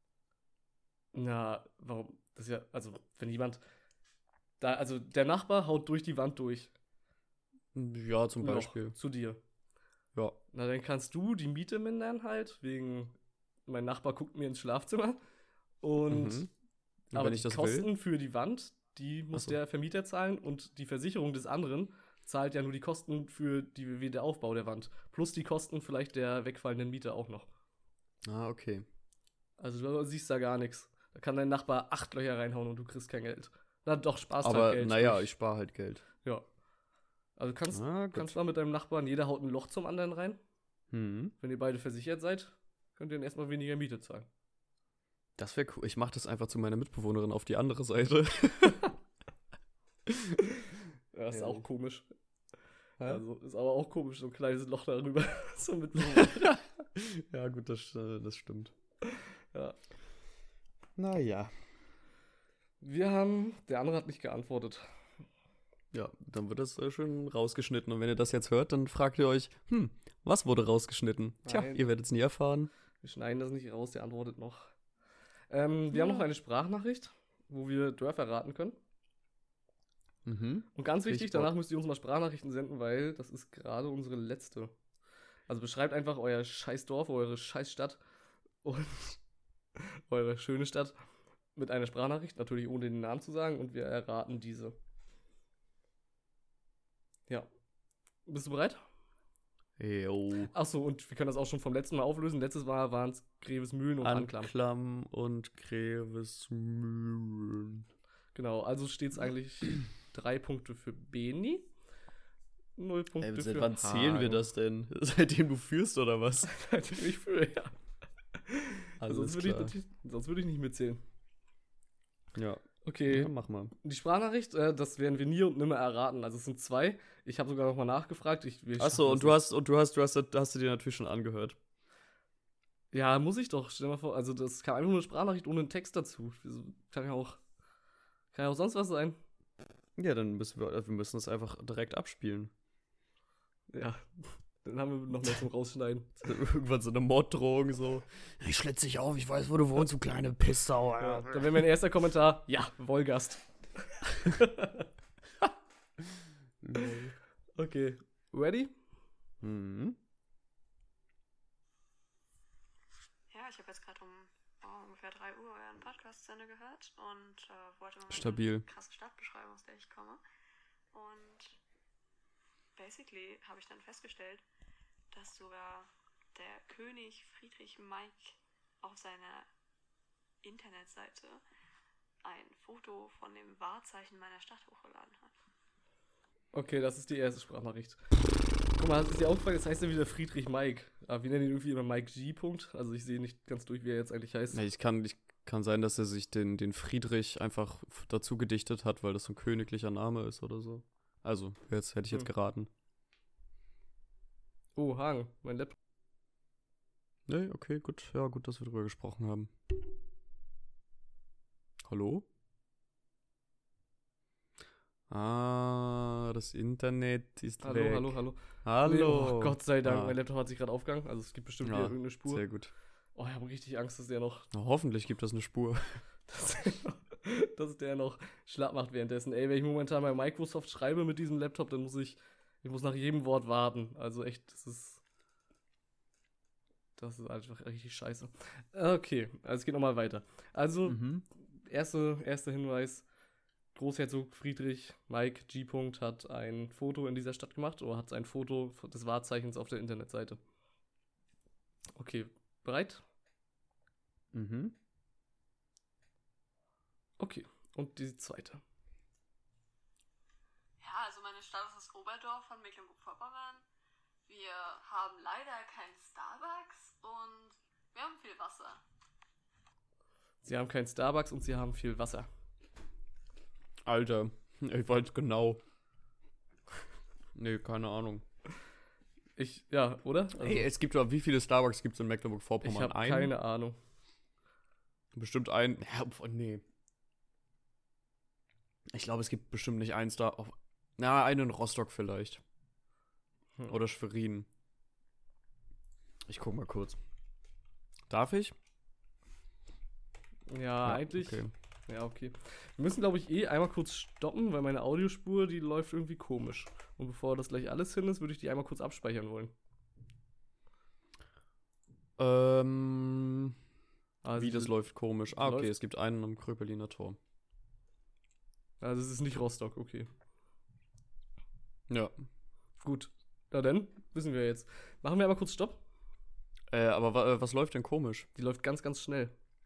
Na, warum? Das ist ja, also, wenn jemand da, also der Nachbar haut durch die Wand durch. Ja, zum Ein Loch Beispiel. zu dir. Ja. Na, dann kannst du die Miete mindern halt, wegen, mein Nachbar guckt mir ins Schlafzimmer. Und, Mhm. Und aber wenn die ich das Kosten will? für die Wand, die muss Ach so. der Vermieter zahlen und die Versicherung des anderen zahlt ja nur die Kosten für die Wiederaufbau der Wand. Plus die Kosten vielleicht der wegfallenden Miete auch noch. Ah, okay. Also du siehst da gar nichts. Da kann dein Nachbar acht Löcher reinhauen und du kriegst kein Geld. Na doch, sparst Aber halt Geld. naja, durch- ich spare halt Geld. Ja. Also kannst, Ah, gut. kannst mal mit deinem Nachbarn, jeder haut ein Loch zum anderen rein. Hm. Wenn ihr beide versichert seid, könnt ihr dann erstmal weniger Miete zahlen. Das wäre cool. Ich mache das einfach zu meiner Mitbewohnerin auf die andere Seite. Ja, ist Ja. auch komisch. Hä? Also ist aber auch komisch, so ein kleines Loch darüber. so mit Ja, gut, das, äh, das stimmt. ja. Naja. Wir haben, der andere hat nicht geantwortet. Ja, dann wird das äh, schön rausgeschnitten. Und wenn ihr das jetzt hört, dann fragt ihr euch, hm, was wurde rausgeschnitten? Tja, Nein. ihr werdet es nie erfahren. Wir schneiden das nicht raus, der antwortet noch. Ähm, wir haben noch eine Sprachnachricht, wo wir Dörfer raten können. Mhm. Und ganz wichtig, Richtig danach müsst ihr uns mal Sprachnachrichten senden, weil das ist gerade unsere letzte. Also beschreibt einfach euer scheiß Dorf, eure scheiß Stadt und eure schöne Stadt mit einer Sprachnachricht, natürlich ohne den Namen zu sagen, und wir erraten diese. Ja. Bist du bereit? Jo. Achso, und wir können das auch schon vom letzten Mal auflösen. Letztes Mal waren es Grevesmühlen und Anklam. Anklam und Grevesmühlen. Genau, also steht es eigentlich drei Punkte für Beni, null Punkte Ey, seit für wann zählen wir Hagen. das denn? Seitdem du führst oder was? Seitdem ich führe, ja. Alles sonst würde ich, klar. natürlich- sonst würde ich nicht mitzählen. Ja. Okay, ja, mach mal. die Sprachnachricht, äh, das werden wir nie und nimmer erraten. Also es sind zwei. Ich habe sogar nochmal nachgefragt. Ich, wir Achso, schaffen und das du hast und du hast du hast hast du dir natürlich schon angehört. nicht. Ja, muss ich doch. Stell dir mal vor, also das kann einfach nur eine Sprachnachricht ohne einen Text dazu. Wieso- Kann ja auch, kann ja auch sonst was sein. Ja, dann müssen wir wir müssen das einfach direkt abspielen. Ja, dann haben wir noch mehr zum Rausschneiden. Irgendwann so eine Morddrohung so. Ich schlitze dich auf, ich weiß, wo du wohnst, du kleine Pissau. Ja, dann wäre mein erster Kommentar, ja, Wolgast. Okay, ready? Mhm. habe jetzt gerade um oh, ungefähr drei Uhr euren Podcast zu Ende gehört und äh, wollte mal Stabil. eine krasse Stadtbeschreibung, aus der ich komme. Und basically habe ich dann festgestellt, dass sogar der König Friedrich Mike auf seiner Internetseite ein Foto von dem Wahrzeichen meiner Stadt hochgeladen hat. Okay, das ist die erste Sprachnachricht. Guck mal, ist dir aufgefallen, jetzt heißt er wieder Friedrich Mike. Aber wir nennen ihn irgendwie immer Mike G. Punkt. Also ich sehe nicht ganz durch, wie er jetzt eigentlich heißt. Nee, ich kann, ich kann sein, dass er sich den, den Friedrich einfach f- dazu gedichtet hat, weil das so ein königlicher Name ist oder so. Also, jetzt hätte ich jetzt Hm. geraten. Oh, Hagen, mein Laptop. Nee, okay, gut. Ja, gut, dass wir drüber gesprochen haben. Hallo? Ah, das Internet ist Hallo, weg. hallo, hallo. Hallo. Nee, oh, Gott sei Dank, Ah, mein Laptop hat sich gerade aufgegangen. Also es gibt bestimmt Ja, wieder irgendeine Spur. Sehr gut. Oh, ich habe richtig Angst, dass der noch, Na, hoffentlich gibt das eine Spur. dass der noch, dass der noch schlapp macht währenddessen. Ey, wenn ich momentan bei Microsoft schreibe mit diesem Laptop, dann muss ich, ich muss nach jedem Wort warten. Also echt, das ist, das ist einfach richtig scheiße. Okay, also es geht nochmal weiter. Also, Mhm. erste, erster Hinweis, Großherzog Friedrich Mike G. Punkt hat ein Foto in dieser Stadt gemacht oder hat ein Foto des Wahrzeichens auf der Internetseite. Okay, bereit? Mhm. Okay, und die zweite. Ja, also meine Stadt ist das Oberdorf von Mecklenburg-Vorpommern. Wir haben leider keinen Starbucks und wir haben viel Wasser. Sie haben keinen Starbucks und sie haben viel Wasser. Alter, ich wollte genau. Nee, keine Ahnung. Ich, ja, oder? Also, Ey, es gibt doch, wie viele Starbucks gibt es in ich Mecklenburg-Vorpommern? habe Einen? keine Ahnung. Bestimmt ein. Ja, pf, nee. Ich glaube, es gibt bestimmt nicht einen Star. Auf, na, einen in Rostock vielleicht. Hm. Oder Schwerin. Ich guck mal kurz. Darf ich? Ja, eigentlich. Okay. Ja, okay. Wir müssen, glaube ich, eh einmal kurz stoppen, weil meine Audiospur, die läuft irgendwie komisch. Und bevor das gleich alles hin ist, würde ich die einmal kurz abspeichern wollen. Ähm. Also, wie das läuft komisch. Ah, läuft- okay, es gibt einen am Kröpeliner Tor. Also, es ist nicht Rostock, okay. Ja. Gut. Na dann, wissen wir jetzt. Machen wir einmal kurz Stopp. Äh, aber wa äh, was läuft denn komisch? Die läuft ganz, ganz schnell.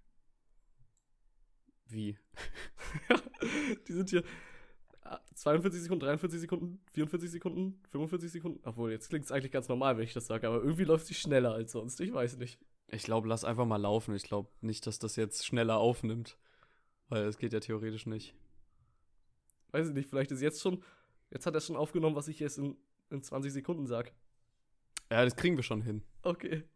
Wie? Die sind hier ah, zweiundvierzig Sekunden, dreiundvierzig Sekunden, vierundvierzig Sekunden, fünfundvierzig Sekunden. Obwohl, jetzt klingt es eigentlich ganz normal, wenn ich das sage, aber irgendwie läuft sie schneller als sonst. Ich weiß nicht. Ich glaube, lass einfach mal laufen. Ich glaube nicht, dass das jetzt schneller aufnimmt. Weil es geht ja theoretisch nicht. Weiß ich nicht, vielleicht ist jetzt schon, jetzt hat er schon aufgenommen, was ich jetzt in, in zwanzig Sekunden sag. Ja, das kriegen wir schon hin. Okay.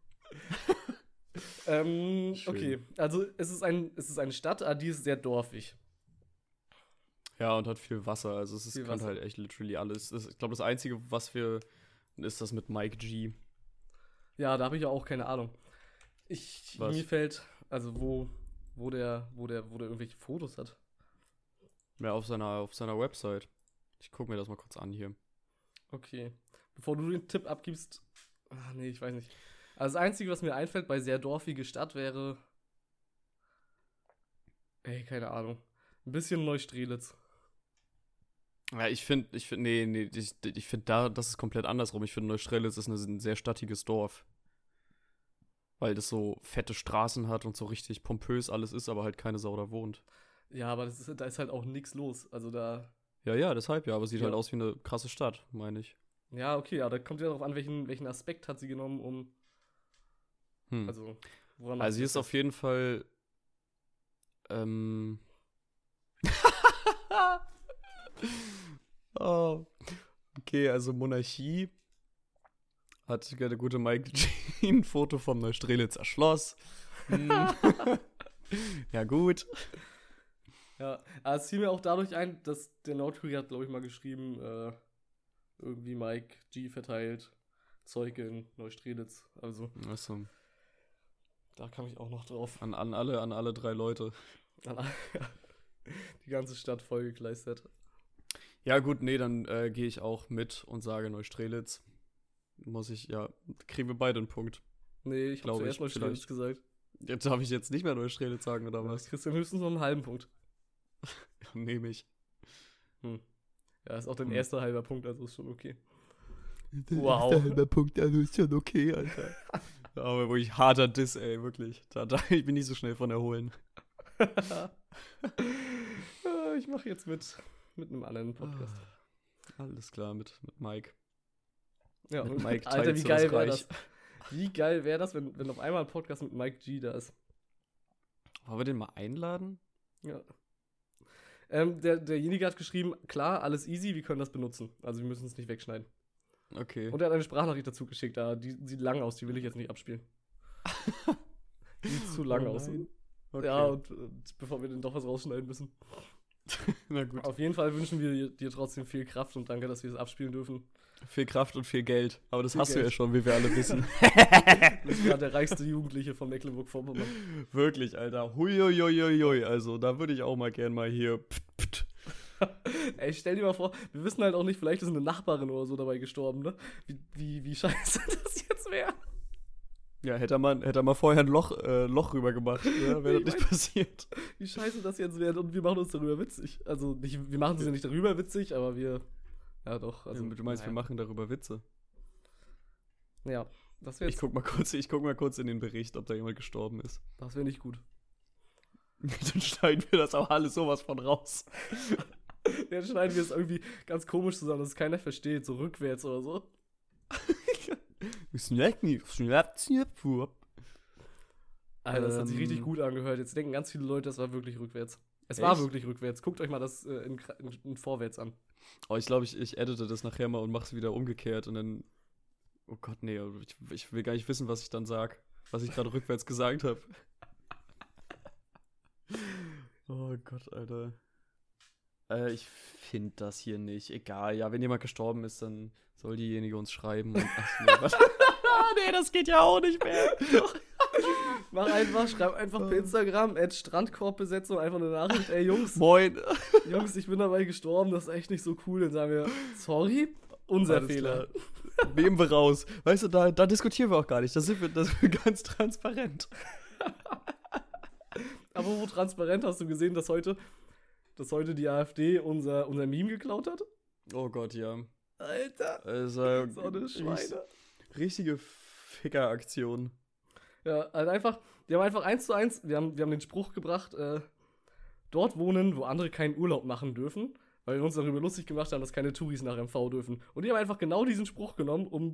ähm, Schön. okay, also es ist, ein, es ist eine Stadt, aber die ist sehr dorfig. Ja, und hat viel Wasser. Also es ist, Viel kann Wasser. halt echt literally alles. Das, ich glaube, das Einzige, was wir, ist das mit Mike G. Ja, da habe ich ja auch keine Ahnung. Ich, Was? mir fällt, also wo, wo der, wo der, wo der irgendwelche Fotos hat. Ja, auf seiner, auf seiner Website. Ich gucke mir das mal kurz an hier. Okay. Bevor du den Tipp abgibst. Ach nee, ich weiß nicht. Also das Einzige, was mir einfällt bei sehr dorfige Stadt wäre. Ey, keine Ahnung. Ein bisschen Neustrelitz. Ja, ich finde, ich finde, nee, nee, ich, ich finde da, das ist komplett andersrum. Ich finde, Neustrelitz ist eine, ein sehr stadtiges Dorf. Weil das so fette Straßen hat und so richtig pompös alles ist, aber halt keine Sau da wohnt. Ja, aber das ist, da ist halt auch nichts los. Also da. Ja, ja, deshalb ja, aber sieht Ja. halt aus wie eine krasse Stadt, meine ich. Ja, okay, ja, da kommt ja darauf an, welchen, welchen Aspekt hat sie genommen, um. Hm. Also, woran macht Also sie hier ist das auf jeden Fall ähm oh. Okay, also Monarchie hat der gute Mike G ein Foto vom Neustrelitzer Schloss. Hm. Ja, gut. Ja, aber es fiel mir auch dadurch ein, dass der Nordkorea hat, glaube ich, mal geschrieben, äh, irgendwie Mike G verteilt, Zeuge in Neustrelitz. Also, Achso. da kam ich auch noch drauf. An, an alle, an alle drei Leute. Die ganze Stadt vollgekleistert. Ja, gut, nee, dann äh, gehe ich auch mit und sage Neustrelitz. Muss ich, ja, kriegen wir beide einen Punkt. Nee, ich habe Glaube zuerst ich, Neustrelitz vielleicht. gesagt. Jetzt darf ich jetzt nicht mehr Neustrelitz sagen, oder Das was? kriegst du höchstens noch einen halben Punkt. Ja, nehme ich. Ja, ist auch dein Hm. erster halber Punkt, also ist schon okay. Wow. Der halber Punkt, also ist schon okay, Alter. Ja, aber wirklich harter Diss, ey, wirklich. Da, da, ich bin nicht so schnell von erholen. Ja, ich mache jetzt mit, mit einem anderen Podcast. Alles klar, mit, mit Mike. Ja, mit und Mike Alter, wie teilst du geil das wäre Reich. das? Wie geil wäre das, wenn, wenn auf einmal ein Podcast mit Mike G da ist? Wollen wir den mal einladen? Ja. Ähm, der, derjenige hat geschrieben, klar, alles easy, wir können das benutzen. Also wir müssen es nicht wegschneiden. Okay. Und er hat eine Sprachnachricht dazu geschickt, da, die sieht lang aus, die will ich jetzt nicht abspielen. Die sieht zu lang Oh aus. nein. Okay. Ja, und, und bevor wir dann doch was rausschneiden müssen. Na gut. Auf jeden Fall wünschen wir dir, dir trotzdem viel Kraft und danke, dass wir es abspielen dürfen. Viel Kraft und viel Geld. Aber das Viel hast du Geld. ja schon, wie wir alle wissen. Du bist gerade der reichste Jugendliche von Mecklenburg-Vorpommern. Wirklich, Alter. Huiuiuiui. Also, da würde ich auch mal gern mal hier. Pft, pft. Ey, stell dir mal vor, wir wissen halt auch nicht, vielleicht ist eine Nachbarin oder so dabei gestorben, ne? Wie, wie, wie scheiße das jetzt wäre. Ja, hätte er mal, hätte er mal vorher ein Loch, äh, Loch rüber gemacht, ne? Wäre Ich das nicht weiß. passiert. Wie scheiße das jetzt wäre und wir machen uns darüber witzig. Also, nicht, wir machen uns ja nicht darüber witzig, aber wir. Ja, doch. Also, Also, du meinst, wir naja. machen darüber Witze. Ja, das wäre Ich guck mal kurz, ich guck mal kurz in den Bericht, ob da jemand gestorben ist. das wär nicht gut. Dann schneiden wir das auch alles sowas von raus. Jetzt schneiden wir es irgendwie ganz komisch zusammen, dass es keiner versteht, so rückwärts oder so. Alter, das hat sich Ähm. richtig gut angehört. Jetzt denken ganz viele Leute, das war wirklich rückwärts. Es war Echt? wirklich rückwärts. Guckt euch mal das äh, in, Kra- in, in vorwärts an. Oh, ich glaube, ich, ich edite das nachher mal und mach's wieder umgekehrt und dann. Oh Gott, nee, ich, ich will gar nicht wissen, was ich dann sag. Was ich gerade rückwärts gesagt habe. Oh Gott, Alter. Äh, ich finde das hier nicht. Egal, ja, wenn jemand gestorben ist, dann soll diejenige uns schreiben. Und, ach, nee, was? Nee, das geht ja auch nicht mehr. Mach einfach, schreib einfach per Instagram, at Strandkorbbesetzung, einfach eine Nachricht, ey Jungs, Moin. Jungs, ich bin dabei gestorben, das ist echt nicht so cool. Dann sagen wir, sorry, unser Alles Fehler. klar. Nehmen wir raus. Weißt du, da, da diskutieren wir auch gar nicht. Da sind wir, da sind wir ganz transparent. Aber wo transparent hast du gesehen, dass heute, dass heute die AfD unser, unser Meme geklaut hat? Oh Gott, ja. Alter, Also, so eine Schweine. richtige Fickeraktion. Ja, also einfach, die haben einfach eins zu eins, wir haben, wir haben den Spruch gebracht, äh, dort wohnen, wo andere keinen Urlaub machen dürfen, weil wir uns darüber lustig gemacht haben, dass keine Touris nach M V dürfen. Und die haben einfach genau diesen Spruch genommen, um,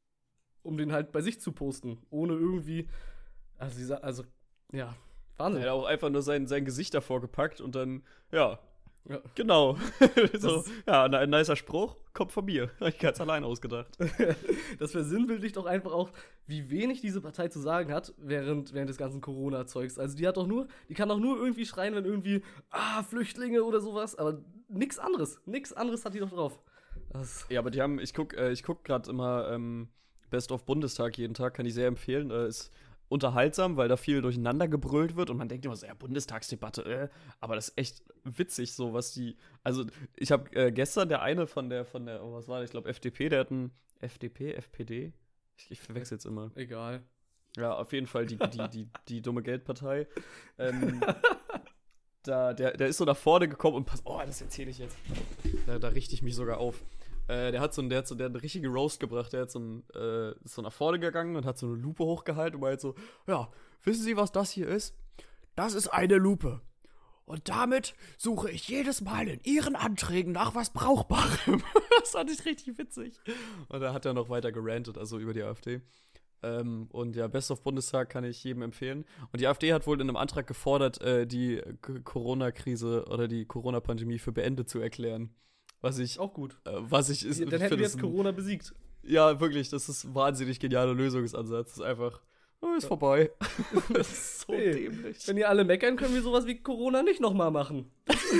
um den halt bei sich zu posten, ohne irgendwie, also, dieser, also ja, Wahnsinn. Er hat auch einfach nur sein, sein Gesicht davor gepackt und dann, ja, Ja. genau. so, Das- ja, ein, ein nicer Spruch, kommt von mir. Hab ich ganz allein ausgedacht. Das versinnbildlicht doch einfach auch, wie wenig diese Partei zu sagen hat während, während des ganzen Corona-Zeugs. Also die hat doch nur, die kann doch nur irgendwie schreien, wenn irgendwie, ah, Flüchtlinge oder sowas, aber nix anderes. Nix anderes hat die doch drauf. Das, Ja, aber die haben, ich guck, äh, ich guck gerade immer ähm, Best of Bundestag jeden Tag, kann ich sehr empfehlen. Äh, ist unterhaltsam, weil da viel durcheinander gebrüllt wird und man denkt immer so, ja, Bundestagsdebatte, äh, aber das ist echt witzig, so was die, also ich habe äh, gestern der eine von der, von der, oh, was war das, ich glaube F D P, der hat ein F D P, F P D, ich, ich verwechsel jetzt immer. egal. Ja, auf jeden Fall die, die, die, die dumme Geldpartei. Ähm, da, der, der ist so nach vorne gekommen und pass, oh, das erzähle ich jetzt. Da, da richte ich mich sogar auf. Äh, der hat so, ein- der hat so, der hat eine richtige Roast gebracht. Der hat so, ein, äh, ist so nach vorne gegangen und hat so eine Lupe hochgehalten und meint so, ja, wissen Sie, was das hier ist? Das ist eine Lupe. Und damit suche ich jedes Mal in Ihren Anträgen nach was Brauchbarem. Das fand ich richtig witzig. Und da hat er noch weiter gerantet, also über die AfD. Ähm, und ja, Best of Bundestag kann ich jedem empfehlen. Und die AfD hat wohl in einem Antrag gefordert, äh, die K- Corona-Krise oder die Corona-Pandemie für beendet zu erklären. Was ich, Auch gut. äh, was ich ist, Dann ich hätten find wir das jetzt ein- Corona besiegt. Ja, wirklich, das ist ein wahnsinnig genialer Lösungsansatz. Das ist einfach, oh, ist vorbei. Das ist so Nee. dämlich. Wenn ihr alle meckern, können wir sowas wie Corona nicht nochmal machen.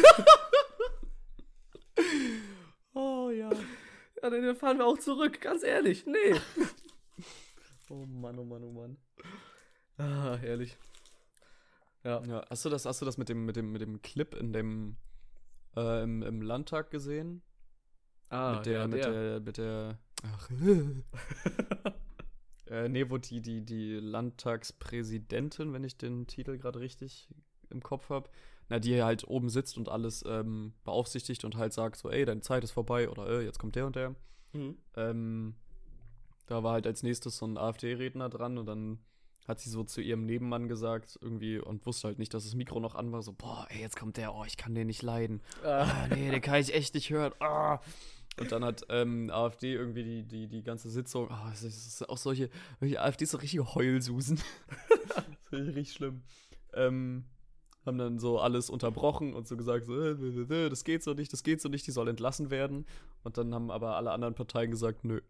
Oh ja. Ja, dann fahren wir auch zurück, ganz ehrlich. Nee. Oh Mann, oh Mann, oh Mann. Ah, herrlich. Ja. Ja, hast du das, hast du das mit dem, mit dem, mit dem Clip in dem, äh, im, im Landtag gesehen? Ah, mit der, ja, mit der. der, mit der, ach, Äh, nee, wo die, die, die Landtagspräsidentin, wenn ich den Titel gerade richtig im Kopf habe, na, die halt oben sitzt und alles ähm, beaufsichtigt und halt sagt so, ey, deine Zeit ist vorbei oder äh, jetzt kommt der und der. Mhm. Ähm, da war halt als nächstes so ein AfD-Redner dran und dann hat sie so zu ihrem Nebenmann gesagt irgendwie und wusste halt nicht, dass das Mikro noch an war, so, boah, ey, jetzt kommt der, oh, ich kann den nicht leiden. Ah. Ah, nee, den kann ich echt nicht hören. Ah. Und dann hat ähm, AfD irgendwie die, die, die ganze Sitzung, ah, das ist auch solche, solche AfD ist so richtige Heulsusen. Das ist richtig schlimm. Ähm, haben dann so alles unterbrochen und so gesagt, so, äh, das geht so nicht, das geht so nicht, die soll entlassen werden. Und dann haben aber alle anderen Parteien gesagt, nö.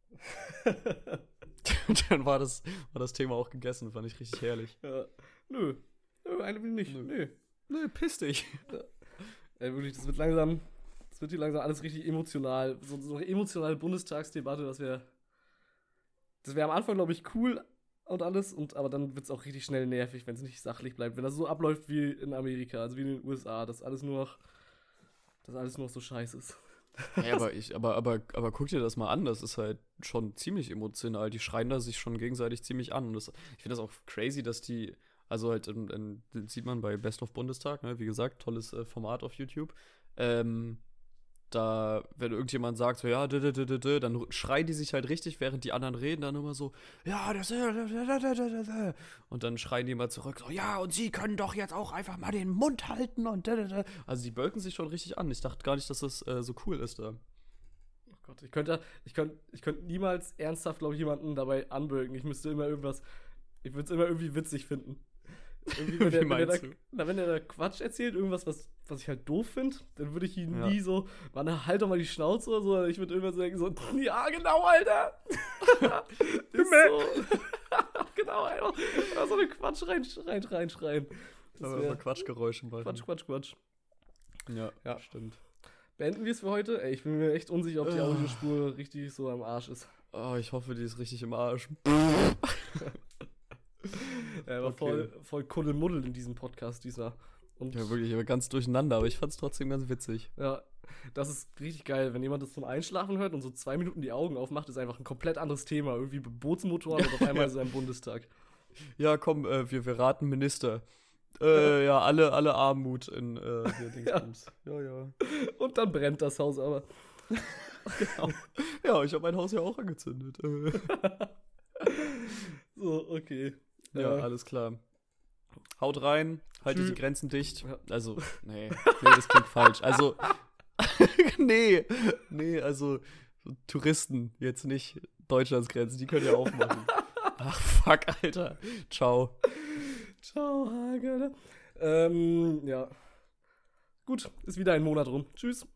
Und dann war das, war das Thema auch gegessen, fand ich richtig herrlich. Ja. Nö. Nö, eine will nicht. Nö. Nö. Nö, piss dich. Ja. Ey, wirklich, das wird langsam, das wird hier langsam alles richtig emotional. So, so eine emotionale Bundestagsdebatte, das wäre, das wäre am Anfang, glaube ich, cool und alles, und aber dann wird es auch richtig schnell nervig, wenn es nicht sachlich bleibt. Wenn das so abläuft wie in Amerika, also wie in den U S A, dass alles nur noch, dass alles nur noch so scheiße ist. Ja, aber, ich, aber, aber, aber guck dir das mal an, das ist halt schon ziemlich emotional. Die schreien da sich schon gegenseitig ziemlich an. Und das, ich finde das auch crazy, dass die, also halt, in, in, das sieht man bei Best of Bundestag, ne, wie gesagt, tolles äh, Format auf YouTube. Ähm, da, wenn irgendjemand sagt, so, ja, d -d -d -d -d, dann schreien die sich halt richtig, während die anderen reden, dann immer so, ja, das und dann schreien die immer zurück, so, ja, und sie können doch jetzt auch einfach mal den Mund halten und d -d -d. Also die bölken sich schon richtig an. Ich dachte gar nicht, dass das äh, so cool ist da. Oh Gott, ich könnte, ich könnte, ich könnte niemals ernsthaft, glaube ich, jemanden dabei anbölken. Ich müsste immer irgendwas, ich würde es immer irgendwie witzig finden. Irgendwie, wenn, Wie der, wenn, der meinst da, du? na, wenn der da Quatsch erzählt, irgendwas, was, was ich halt doof finde, dann würde ich ihn Ja. nie so, Mann, halt doch mal die Schnauze oder so. Ich würde irgendwas sagen, so, ja, genau, Alter. Ist so. Genau, einfach so eine Quatsch rein, rein, reinschreien. Das Aber wär- immer Quatschgeräusche machen. Quatsch, Quatsch, Quatsch. Ja, Ja. stimmt. Beenden wir es für heute? Ey, ich bin mir echt unsicher, ob die Ah. Audiospur richtig so am Arsch ist. Oh, ich hoffe, die ist richtig im Arsch. Er war Okay. voll, voll Kuddelmuddel in diesem Podcast, dieser. Und Ja, wirklich, aber ganz durcheinander, aber ich fand's trotzdem ganz witzig. ja, das ist richtig geil. Wenn jemand das zum Einschlafen hört und so zwei Minuten die Augen aufmacht, ist einfach ein komplett anderes Thema. Irgendwie Bootsmotoren und auf einmal ist er im Bundestag. Ja, komm, äh, wir, wir raten Minister. Äh, ja, alle, alle Armut in äh, hier Dingsbums. Ja, ja. Und dann brennt das Haus aber. Genau. Ja, ich habe mein Haus ja auch angezündet. Äh. So, okay. Ja, Äh, alles klar. Haut rein, haltet Tschü- die Grenzen dicht. Ja. Also, nee, nee, das klingt falsch. Also, nee, nee, also Touristen, jetzt nicht Deutschlands Grenzen, die können ja aufmachen. Ach, fuck, Alter. Ciao. Ciao, Hagel. Ähm, ja. Gut, ist wieder ein Monat rum. Tschüss.